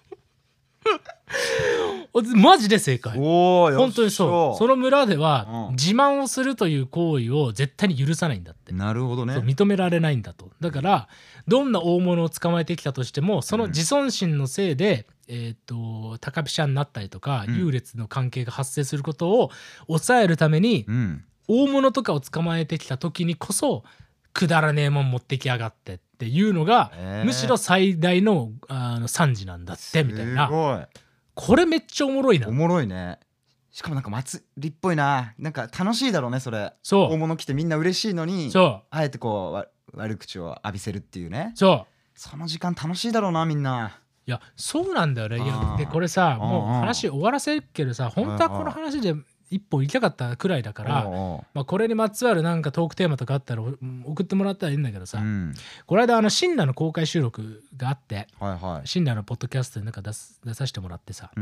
マジで正解。 おー、 本当にそう。その村ではうん自慢をするという行為を絶対に許さないんだって。 なるほどね。 そう認められないんだと。だからどんな大物を捕まえてきたとしてもその自尊心のせいで、高飛車になったりとか、優劣の関係が発生することを抑えるために、大物とかを捕まえてきた時にこそくだらねえもん持ってきやがってっていうのが、むしろ最大の賛辞なんだってみたいな。 すごい。 これめっちゃおもろいな。 おもろいね。しかもなんか祭りっぽいな。なんか楽しいだろうねそれ。 そう。 大物来てみんな嬉しいのに、 そうあえてこう悪口を浴びせるっていうね。 そう。 その時間楽しいだろうなみんな。 いやそうなんだよね。いやでこれさもう話終わらせるけどさ、本当はこの話で一本行きたかったくらいだから、まあこれにまつわるなんかトークテーマとかあったら送ってもらったらいいんだけどさ、この間シンラの公開収録があって、シンラのポッドキャストでなんか出させてもらってさ、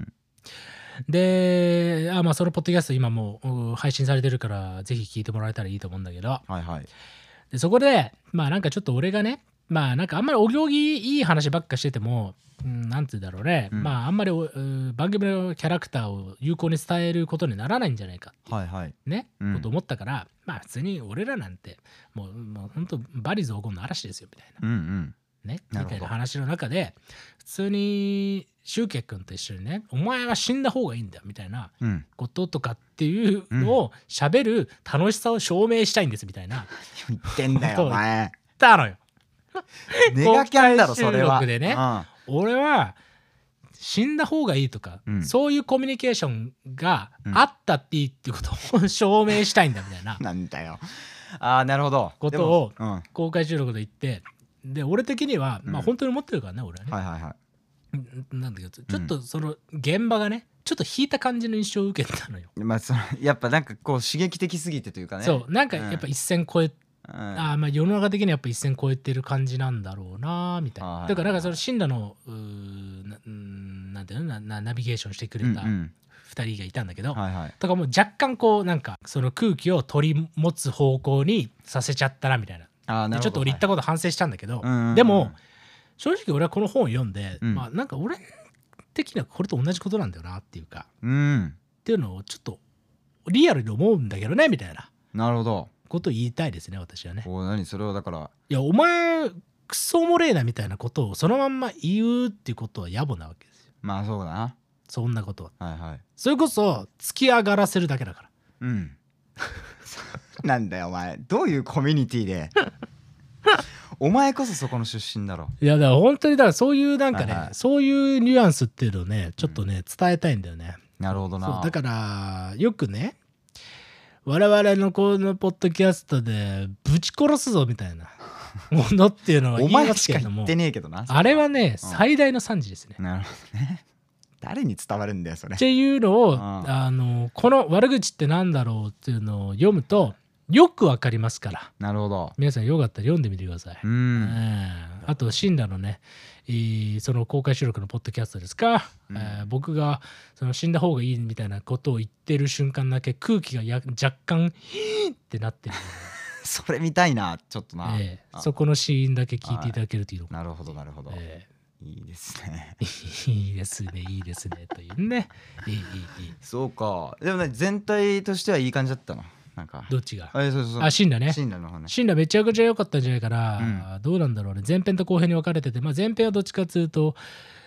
でまあそのポッドキャスト今もう配信されてるからぜひ聞いてもらえたらいいと思うんだけど、でそこでまあなんかちょっと俺がね、まあなんかあんまりお行儀いい話ばっかしてても、なんつうんだろうね、まああんまり番組のキャラクターを有効に伝えることにならないんじゃないかっていうね、こと思ったから、まあ普通に俺らなんてもう本当バリ雑言の嵐ですよみたいな、ねみたいな話の中で普通にシュウケイ君と一緒にね、お前は死んだ方がいいんだよみたいなこととかっていうのを喋る楽しさを証明したいんですみたいな言ってんだよお前。 言ったのよ。 ネガキャンだろそれは。 でね、俺は死んだ方がいいとか、そういうコミュニケーションがあったっていいっていうことを証明したいんだみたいな。 なんだよ。ああなるほど。 ことを公開収録で言って、で俺的にはまあ本当に思ってるからね俺はね。なんだけどちょっとその現場がねちょっと引いた感じの印象を受けたのよ。 まあやっぱなんかこう刺激的すぎてというかね。 そうなんかやっぱ一線越えまあ世の中的にはやっぱ一線越えてる感じなんだろうなみたいな。だからなんかその信羅のなんていうのナビゲーションしてくれた2人がいたんだけど、とかもう若干こうなんかその空気を取り持つ方向にさせちゃったなみたいな。でちょっと俺言ったこと反省したんだけど、でも正直俺はこの本を読んで、まあなんか俺的にはこれと同じことなんだよなっていうか、っていうのをちょっとリアルに思うんだけどねみたいな。 なるほど。 ことを言いたいですね私はね。 何それはだからいやお前クソおもれえなみたいなことをそのまんま言うっていうことは野暮なわけですよ。 まあそうだな。 そんなことは。それこそ突き上がらせるだけだから。 なんだよお前どういうコミュニティでお前こそそこの出身だろ。 いやだから本当にだからそういうなんかね、そういうニュアンスっていうのをねちょっとね伝えたいんだよね。 なるほどな。 そうだからよくね我々のこのポッドキャストでぶち殺すぞみたいなものっていうのは言いますけれども、あれはね最大の賛辞ですね。 なるほどね。誰に伝わるんだよそれ。 っていうのをこの悪口ってなんだろうっていうのを読むとよくわかりますから。 なるほど。 皆さんよかったら読んでみてください。あとシンラのねその公開収録のポッドキャストですか、僕がその死んだ方がいいみたいなことを言ってる瞬間だけ空気が若干ってなってるそれ見たいなちょっとな、 そこのシーンだけ聞いていただけるといいのかな。なるほどなるほど、いいですねいいですねいいですねというねいいそうか。でもね全体としてはいい感じだったの。なんかどっちがそうシンラね。 シンラの方ね。 シンラめちゃくちゃ良かったんじゃないかな、どうなんだろうね。前編と後編に分かれてて、まあ、前編はどっちかっていうと、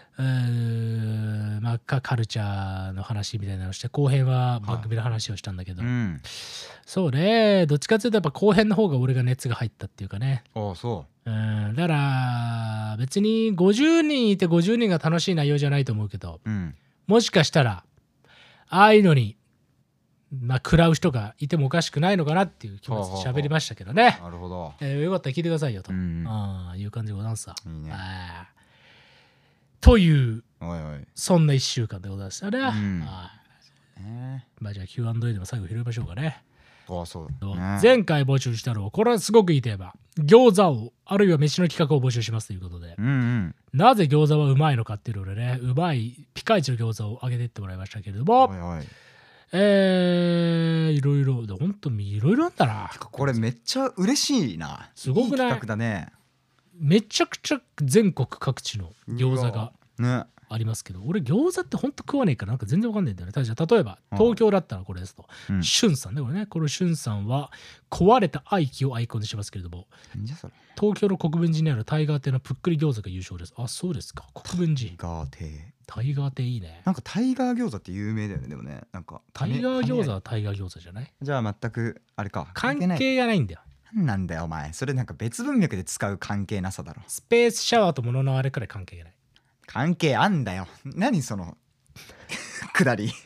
まあ、カルチャーの話みたいなのをして後編は番組の話をしたんだけど、そうねどっちかっていうとやっぱ後編の方が俺が熱が入ったっていうかね。だから別に50人いて50人が楽しい内容じゃないと思うけど、もしかしたらああいうのにまあ食らう人がいてもおかしくないのかなっていう気持ちで喋りましたけどね。 なるほど。 よかったら聞いてくださいよと、いう感じでございますさ。 いいね。 というそんな1週間でございましたね。まあじゃあ Q&A でも最後拾いましょうかね。前回募集したのはこれはすごくいいテーマ、餃子をあるいは飯の企画を募集しますということで、なぜ餃子はうまいのかっていうのでね、うまいピカイチの餃子をあげていってもらいましたけれども、 いろいろほんといろいろあんだな。 これめっちゃ嬉しいな。 すごくない？ いい企画だね。 めちゃくちゃ全国各地の餃子がありますけど、俺餃子ってほんと食わねえからなんか全然わかんないんだよね。例えば東京だったらこれですと、しゅんさんね、これね、このしゅんさんは壊れた愛機をアイコンにしますけれども、東京の国分寺にあるタイガー亭のぷっくり餃子が優勝です。あ、そうですか。国分寺タイガー亭いいね。 なんかタイガー餃子って有名だよね。でもね、なんかタイガー餃子はタイガー餃子じゃない？ じゃあ全くあれか、 関係がないんだよ。 なんだよお前、それなんか別文脈で使う関係なさだろ。 スペースシャワーと物のあれくらい関係がない。 関係あんだよ。何そのくだりちょ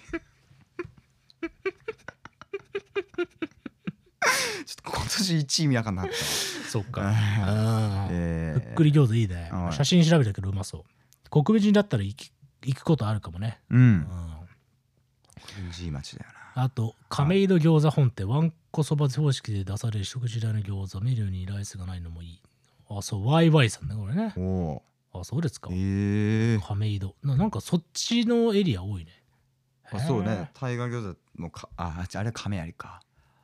っと今年1位意味わかんなかった。 そっか。ぷっくり餃子いいね。写真調べたけどうまそう。国分寺だったら行くことあるかもね。 国分寺町だよな。 あと亀戸餃子本店、わんこそば方式で出される食事代の餃子、メニューにライスがないのもいい。あ、そうワイワイさんねこれね。あ、そうですか。亀戸なんかそっちのエリア多いね。 あ、そうね。タイガー餃子もあれ亀有か。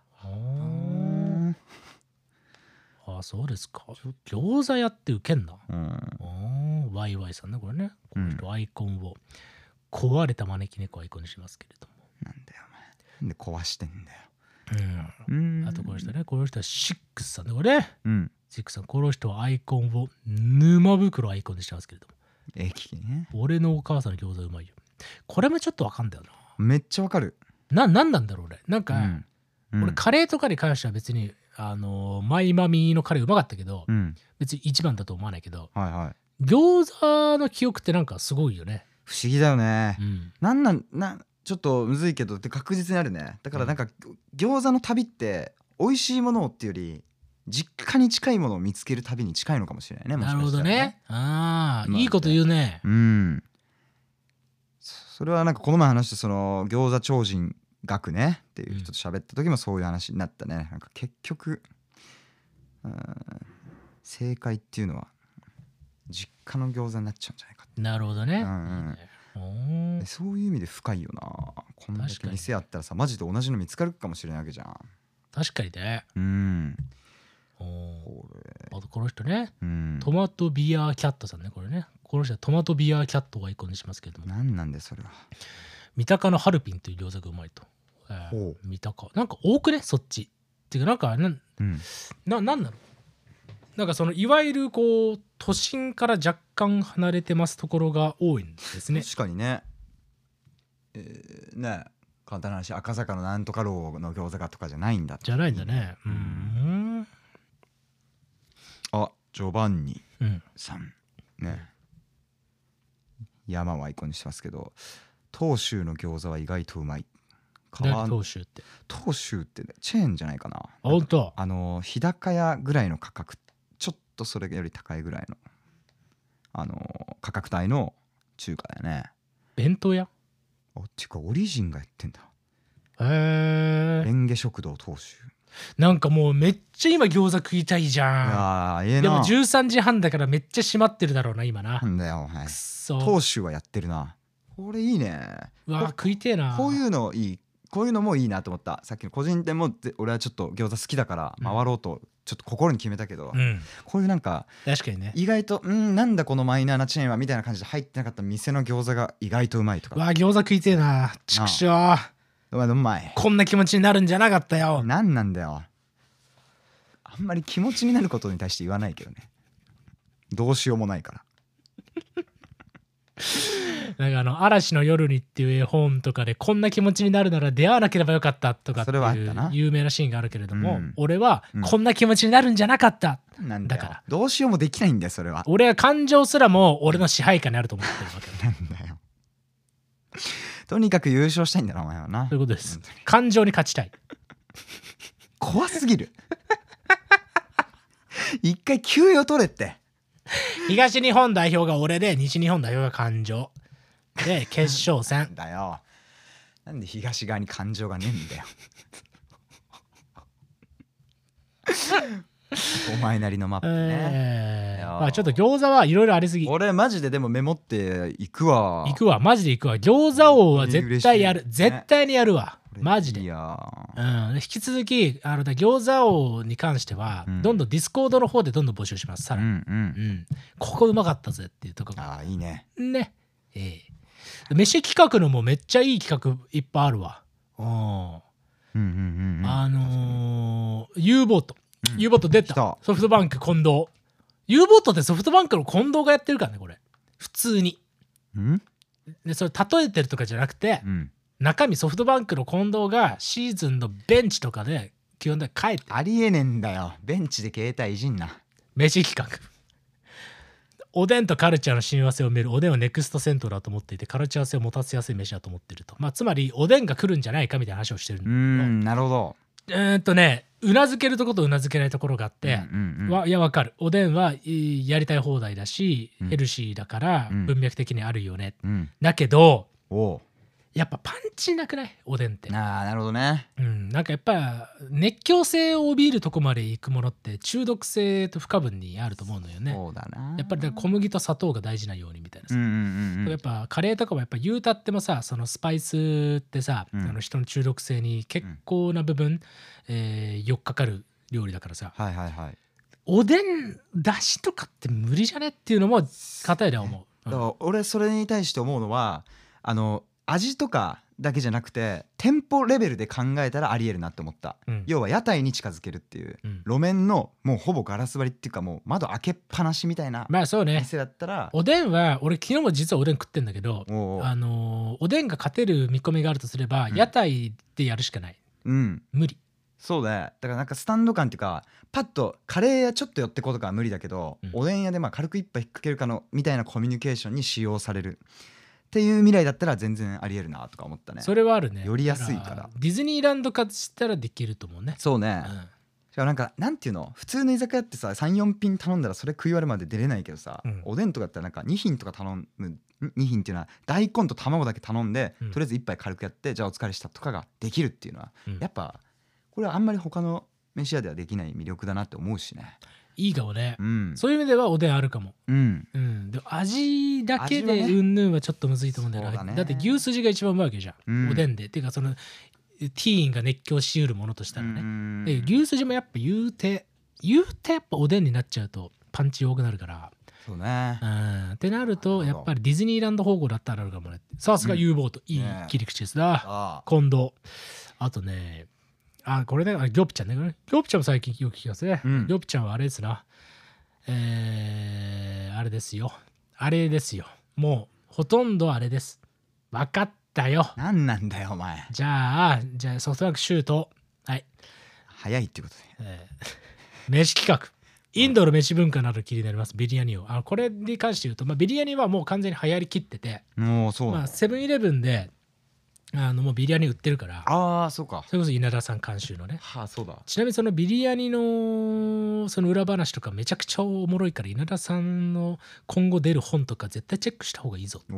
あ、そうですか。餃子屋ってウケんな。ワイワイさんねこれね。この人アイコンを壊れた招き猫アイコンにしますけれども。 なんだよお前。なんで壊してんだよ。 あとこの人ね、この人はシックスさんねこれね。シックスさん、この人はアイコンを沼袋アイコンにしてますけれども。 聞きね。 俺のお母さんの餃子うまいよ。これもちょっとわかんだよな。 めっちゃわかる。 なんなんだろう俺。なんか、俺カレーとかに関しては別にマイマミのカレーうまかったけど、別に一番だと思わないけど、餃子の記憶ってなんかすごいよね。 不思議だよね。ちょっとむずいけどって確実にあるね。だからなんか餃子の旅って美味しいものっていうより実家に近いものを見つける旅に近いのかもしれないね。 なるほどね。いいこと言うね。 それはなんかこの前話したその餃子超人学ねっていう人と喋った時もそういう話になったね。なんか結局正解っていうのは実家の餃子になっちゃうんじゃないかって。 なるほどね。 そういう意味で深いよな。こんだけ店あったらさ、マジで同じの見つかるかもしれないわけじゃん。 確かにね。あとこの人ね、トマトビアキャットさんねこれね。この人はトマトビアキャットをアイコンにしますけれども。 何なんでそれは。 三鷹のハルピンという餃子がうまいと。三鷹なんか多くねそっち。っていうかなんかなんなの。なんかそのいわゆるこう都心から若干離れてますところが多いんですね。 確かにね。簡単な話、赤坂のなんとかローの餃子がとかじゃないんだ。 じゃないんだね。 あ、ジョバンニさんね。山をアイコンにしてますけど、東州の餃子は意外とうまい。 東州ってチェーンじゃないかな。 本当。 日高屋ぐらいの価格、ちょっとそれより高いぐらいの価格帯の中華だよね。 弁当屋？ っていうかオリジンがやってんだ。 レンゲ食堂東州。 なんかもうめっちゃ今餃子食いたいじゃん。でも13時半だからめっちゃ閉まってるだろうな今な。 なんだよお前。東州はやってるな。これいいね。 食いてえな。 こういうのいい。こういうのもいいなと思った。さっきの個人店も俺はちょっと餃子好きだから回ろうとちょっと心に決めたけど、こういうなんか確かにね、 意外となんだこのマイナーなチェーンはみたいな感じで入ってなかった店の餃子が意外とうまいとか。 餃子食いてえな。ちくしょう。 うまい。 こんな気持ちになるんじゃなかったよ。 なんだよ。あんまり気持ちになることに対して言わないけどね。どうしようもないから。 なんか嵐の夜にっていう絵本とかでこんな気持ちになるなら出会わなければよかったとかっていう有名なシーンがあるけれども、俺はこんな気持ちになるんじゃなかった、だからどうしようもできないんだよそれは。 俺は感情すらも俺の支配下にあると思ってるわけなんだよ。とにかく優勝したいんだなお前はな。 そういうことです。感情に勝ちたい。 怖すぎる。一回休養取れって。 東日本代表が俺で西日本代表が感情で決勝戦だよ。なんで東側に感情がねえんだよ。お前なりのマップね。 ちょっと餃子はいろいろありすぎ。 俺マジででもメモって行くわ。 マジで行くわ。餃子王は絶対やる。絶対にやるわ。 マジで。 いや、 引き続き餃子王に関しては、どんどんディスコードの方でどんどん募集します。さらに、ここうまかったぜっていうところ。 いいね。 ね。飯企画のもめっちゃいい企画いっぱいあるわ。U ボート。U ボート出た。ソフトバンク近藤。U ボートってソフトバンクの近藤がやってるからね、これ。普通に。でそれ例えてるとかじゃなくて、中身ソフトバンクの近藤がシーズンのベンチとかで基本で帰ってありえねえんだよ。ベンチで携帯いじんな。 飯企画。おでんとカルチャーの親和性を見る。おでんはネクストセントだと思っていて、カルチャー性を持たせやすい飯だと思っていると。つまりおでんが来るんじゃないかみたいな話をしてるんだけど。 なるほど。 うなずけるところとうなずけないところがあって、いやわかる。おでんはやりたい放題だし、ヘルシーだから文脈的にあるよね。だけどやっぱパンチなくない？おでんって。 なるほどね。 なんかやっぱ熱狂性を帯びるとこまで行くものって中毒性と不可分にあると思うのよね。 そうだな。 やっぱり小麦と砂糖が大事なようにみたいなさ。やっぱカレーとかもやっぱ言うたってもさ、そのスパイスってさ、人の中毒性に結構な部分、よっかかる料理だからさ。おでんだしとかって無理じゃねっていうのも片やでは思う。 だから俺それに対して思うのは味とかだけじゃなくて店舗レベルで考えたらありえるなって思った、要は屋台に近づけるっていう、路面のもうほぼガラス張りっていうかもう窓開けっぱなしみたいな店だったら、 おでんは俺昨日も実はおでん食ってんだけど、おでんが勝てる見込みがあるとすれば、屋台でやるしかない。無理。 そうだからなんかスタンド感っていうかパッとカレー屋ちょっと寄ってこうとかは無理だけど、おでん屋で軽く一杯引っ掛けるかのみたいなコミュニケーションに使用されるっていう未来だったら全然ありえるなとか思ったね。 それはあるね。 よりやすいからディズニーランド化したらできると思うね。 そうね、しかもなんていうの、普通の居酒屋ってさ 3,4 品頼んだらそれ食い終わるまで出れないけどさ、おでんとかだったらなんか2品とか頼む、2品っていうのは大根と卵だけ頼んで、とりあえず1杯軽くやってじゃあお疲れしたとかができるっていうのは、やっぱこれはあんまり他の飯屋ではできない魅力だなって思うしね。 いいかもね、そういう意味ではおでんあるかも。で味だけでうんぬんはちょっとむずいと思うんだよね。だって牛すじが一番うまいわけじゃん、おでんで。っていうかそのティーンが熱狂しうるものとしたらね。で牛すじもやっぱ言うてやっぱおでんになっちゃうとパンチ多くなるから。 そうね。 ってなるとやっぱりディズニーランド方向だったらあるかもね。さすが U ボート、いい切り口ですな。近藤。あとね、これね、ギョプちゃんね。ギョプちゃんも最近よく聞きますね。ギョプちゃんはあれですな。あれですよ。もうほとんどあれです。分かったよ。 何なんだよお前。 じゃあソフトバンクシュート。はい。 早いってことで。飯企画。インドの飯文化など気になります。ビリヤニを。これに関して言うと、ビリヤニはもう完全に流行りきってて、セブンイレブンでもうビリヤニ売ってるから。 そうか。 それこそ稲田さん監修のね。 そうだ。 ちなみにそのビリヤニのその裏話とかめちゃくちゃおもろいから、稲田さんの今後出る本とか絶対チェックした方がいいぞって。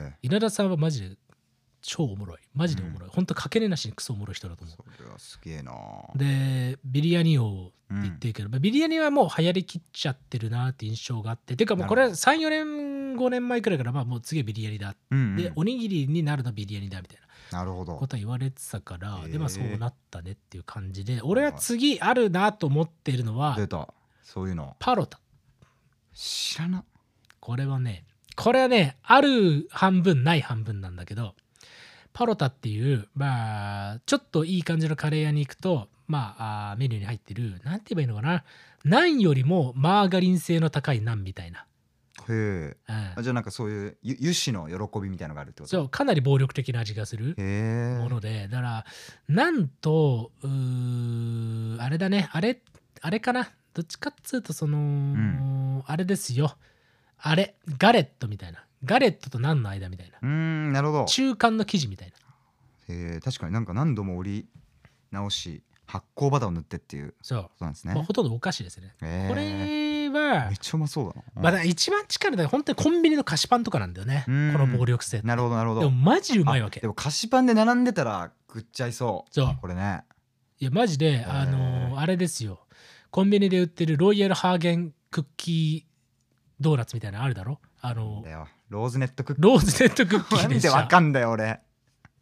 稲田さんはマジで超おもろい。マジでおもろい。ほんとかけねなしにクソおもろい人だと思う。 それはすげえな。 でビリヤニをって言ってるけど、ビリヤニはもう流行りきっちゃってるなって印象があって、ていうかもうこれ3,4 年5年前くらいからもう次はビリヤニだ、でおにぎりになるのビリヤニだみたいなことは言われてたから、でそうなったねっていう感じで、俺は次あるなと思っているのは、 出たそういうのパロタ。 知らな。 これはねある半分ない半分なんだけど、パロタっていうちょっといい感じのカレー屋に行くとメニューに入ってる、なんて言えばいいのかな、ナンよりもマーガリン性の高いナンみたいな。 じゃあなんかそういう油脂の喜びみたいなのがあるってこと？ そうかなり暴力的な味がするもので、だからなんとあれだね、あれかな、どっちかっつうとその、あれですよ、ガレットみたいな、ガレットとナンの間みたいな、 なるほど、 中間の生地みたいな。確かになんか何度も折り直し発酵バターを塗ってっていうことなんですね。 ほとんどお菓子ですね。これはめっちゃうまそうだな。 一番近いのは本当にコンビニの菓子パンとかなんだよね、この暴力性って。 なるほどなるほど。 でもマジうまいわけ。 でも菓子パンで並んでたら食っちゃいそう。これね。 いやマジであれですよ、コンビニで売ってるロイヤルハーゲンクッキードーナツみたいなのあるだろ。 ローズネットクッキー。 ローズネットクッキーなんでわかんだよ俺。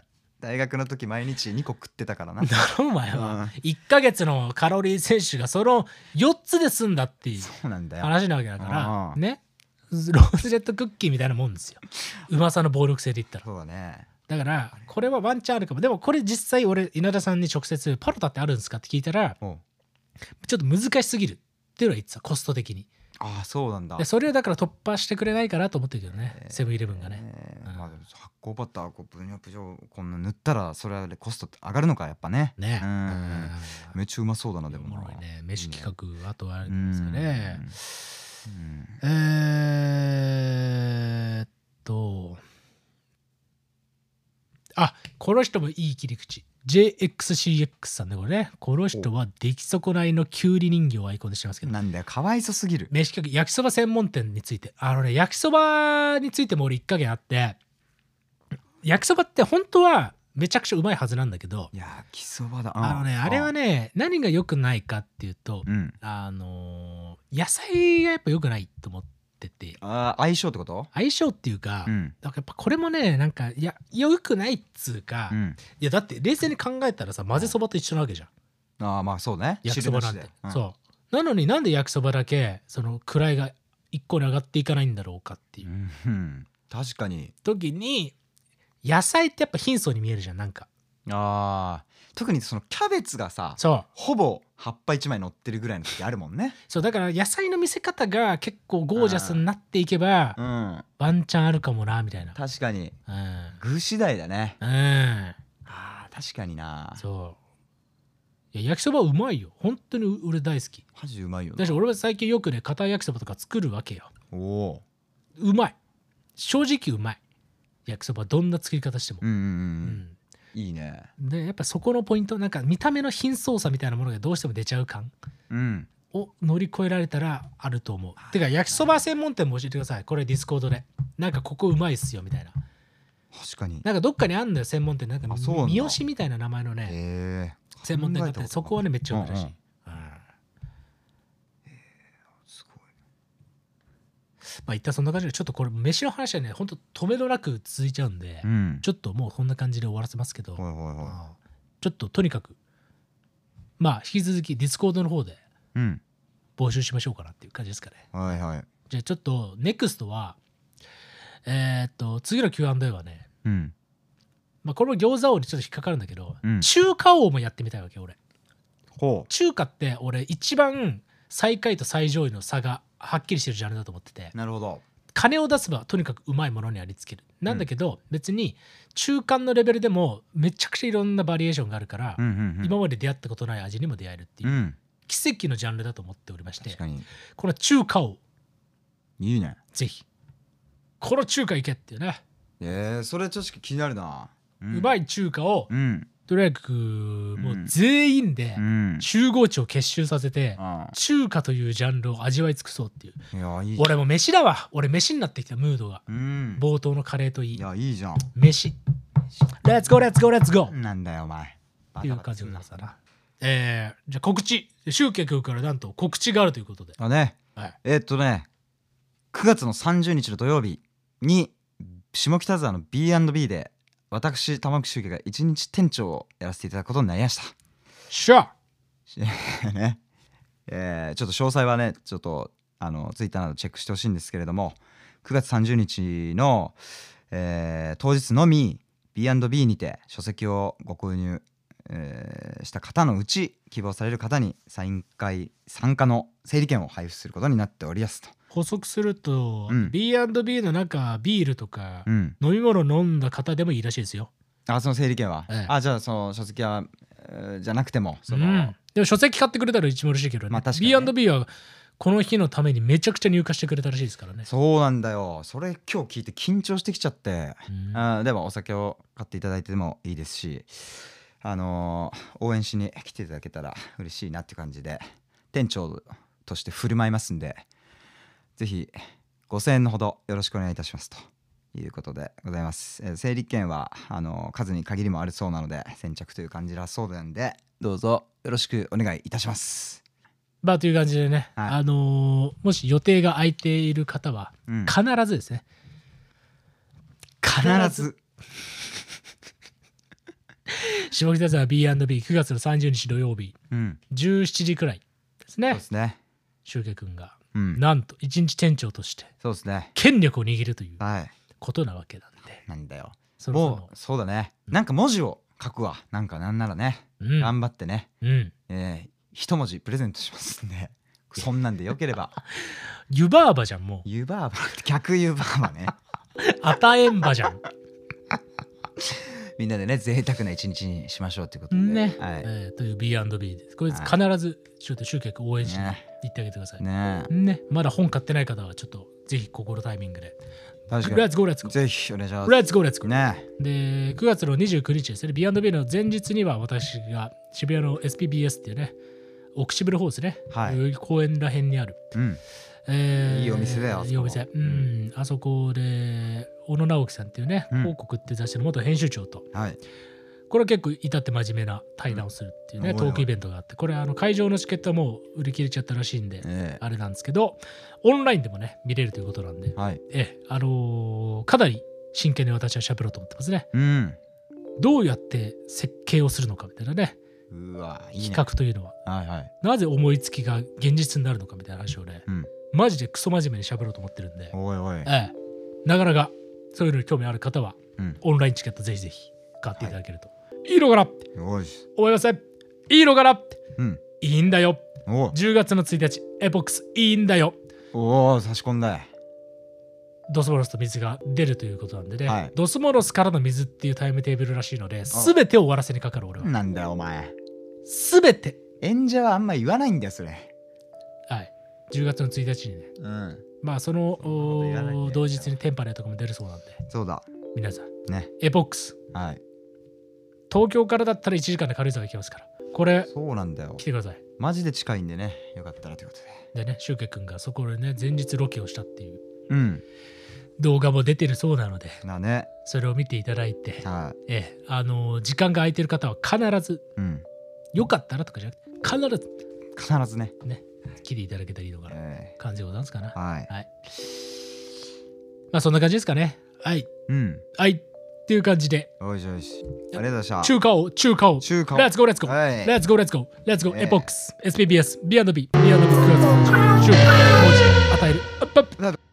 大学の時毎日2個食ってたからな。 だろお前は、1ヶ月のカロリー摂取がその4つで済んだっていう話なわけだからね。ローズレットクッキーみたいなもんですよ、うまさの暴力性で言ったら。 そうだね。 だからこれはワンチャンあるかも。でもこれ実際俺稲田さんに直接パロタってあるんですかって聞いたら、ちょっと難しすぎるっていうのは言ってた、コスト的に。 ああそうなんだ。 それをだから突破してくれないかなと思ってるけどね、セブンイレブンがね。 まあ発酵バターブニョプジョこんな塗ったらそれはコスト上がるのかやっぱね。 ね。 めっちゃうまそうだな。でもおもろいね。飯企画あとはあるんですかね。この人もいい切り口。JXCX さんね、これね。この人は出来損ないのキュウリ人形をアイコンでしてますけど。 なんだよ、かわいそすぎる。 飯企画、焼きそば専門店について。焼きそばについても俺一加減あって、焼きそばって本当はめちゃくちゃうまいはずなんだけど、 焼きそばだ。 あれはね、何が良くないかっていうと、野菜がやっぱ良くないと思ってて。 相性ってこと？ 相性っていうか、だからやっぱこれもね、なんか良くないっつうか、いやだって冷静に考えたらさ、混ぜそばと一緒なわけじゃん。 まあそうね。 焼きそばなんて。そうなのになんで焼きそばだけその位が一個に上がっていかないんだろうかっていう、 確かに時に野菜ってやっぱ貧相に見えるじゃん、なんか。 特にそのキャベツがさ、ほぼ葉っぱ1枚乗ってるぐらいの時あるもんね。 そうだから野菜の見せ方が結構ゴージャスになっていけば、ワンチャンあるかもなみたいな。 確かに、具次第だね。確かにな。いや焼きそばうまいよ、本当に俺大好き。 マジうまいよ。 だし俺は最近よくね、片焼きそばとか作るわけよ。うまい、正直うまい。焼きそばどんな作り方しても。いいね。でやっぱそこのポイント、なんか見た目の貧相さみたいなものがどうしても出ちゃう感を乗り越えられたらあると思う。てか焼きそば専門店も教えてください、これディスコードで。なんかここうまいっすよみたいな。確かになんかどっかにあんのよ専門店、なんか三好みたいな名前のね専門店があって、そこはねめっちゃうまいらしい。まあ一旦そんな感じで、ちょっとこれ飯の話はねほんと止めどなく続いちゃうんで、ちょっともうこんな感じで終わらせますけど、ちょっととにかくまあ引き続きディスコードの方で募集しましょうかなっていう感じですかね。じゃあちょっとネクストは次の Q&A はね、まあこれも餃子王にちょっと引っかかるんだけど、中華王もやってみたいわけ俺。中華って俺一番最下位と最上位の差がはっきりしてるジャンルだと思ってて。なるほど。金を出せばとにかくうまいものにありつけるなんだけど、別に中間のレベルでもめちゃくちゃいろんなバリエーションがあるから、今まで出会ったことない味にも出会えるっていう、奇跡のジャンルだと思っておりまして、この中華をいいね、ぜひこの中華行けっていうね。それ確か気になるな。うまい中華をとにかくもう全員で集合値を結集させて、中華というジャンルを味わい尽くそうっていう。俺も飯だわ。俺飯になってきたムードが。冒頭のカレーといい。いやいいじゃん。飯。レッツゴーレッツゴーレッツゴー。なんだよお前。っていう感じでございますな。じゃあ告知。シュウケイ君からなんと告知があるということで。9 月の30日の土曜日に下北沢の B&B で私玉木周家が一日店長をやらせていただくことになりました。しゃね、ちょっと詳細はねちょっとツイッターなどチェックしてほしいんですけれども、9月30日の、当日のみ B&B にて書籍をご購入、した方のうち希望される方にサイン会参加の整理券を配布することになっておりますと。補足すると、B&B の中ビールとか、飲み物飲んだ方でもいいらしいですよ。その整理券は、じゃあその書籍は、じゃなくてもその、でも書籍買ってくれたら一番嬉しいけどね。B&B はこの日のためにめちゃくちゃ入荷してくれたらしいですからね。そうなんだよ。それ今日聞いて緊張してきちゃって、でもお酒を買っていただいてもいいですし、応援しに来ていただけたら嬉しいなって感じで店長として振る舞いますんで、ぜひ5000円のほどよろしくお願いいたしますということでございます。整理券は数に限りもあるそうなので先着という感じだそうなんで、どうぞよろしくお願いいたします。という感じでね、もし予定が空いている方は必ずですね、必ず下北沢 B&B9 月の30日土曜日、17時くらいですね。 そうですね。 シュウケ君が、なんと一日店長としてそうですね。 権力を握るということなわけなんで。 なんだよ。もうそうだね。なんか文字を書くわ。なんかなんならね、頑張ってね、一文字プレゼントしますんで、そんなんでよければ。 湯婆婆じゃん、もう。 湯婆婆、逆湯婆婆ね。 与えんばじゃん。 みんなでね、贅沢な一日にしましょうってことでね。という B&B です。これ必ずちょっと集客応援しに行ってあげてください。ね。まだ本買ってない方はちょっとぜひ心タイミングで。 確かに。 レッツゴーレッツゴー。 ぜひお願いします。 レッツゴーレッツゴー。 ね。 で、9月の29日ですね。B&B の前日には私が渋谷の SPBS っていうね、オクシブルホースね、公園らへんにある。 いいお店だよ。 いいお店。あそこで小野直樹さんっていうね、広告って雑誌の元編集長と、これは結構至って真面目な対談をするっていうね、トークイベントがあって、これ会場のチケットはもう売り切れちゃったらしいんで、あれなんですけど、オンラインでもね見れるということなんで、かなり真剣に私はしゃべろうと思ってますね。どうやって設計をするのかみたいなね、企画というのは、なぜ思いつきが現実になるのかみたいな話をね、マジでクソ真面目にしゃべろうと思ってるんで、なかなかそういうのに興味ある方は、オンラインチケットぜひぜひ買っていただけるといいのかなって思いますね。いいのかなって、いいんだよ。10月の1日エポックスいいんだよ。 差し込んだ。 ドスモロスと水が出るということなんでね、ドスモロスからの水っていうタイムテーブルらしいので、全てを終わらせにかかる。俺はなんだよお前、 全て。 演者はあんま言わないんだよそれ。 10月の1日にね、まあその同日にテンパレーとかも出るそうなんで、 そうだ皆さんね、 エポックス、東京からだったら1時間で軽井沢行けますから、これそうなんだよ、 来てください。 マジで近いんでね、よかったらということでね、シュウケ君がそこでね前日ロケをしたっていう動画も出てるそうなので、それを見ていただいて、時間が空いてる方は必ず、よかったらとかじゃなくて必ずね来ていただけたらいいのかな、感じでございますかな。まあそんな感じですかね。っていう感じで、 おいしおいし、ありがとうございました。 中華をレッツゴーレッツゴーレッツゴーレッツゴーレッツゴーエポックス SPBS B&B 9月の中華を与える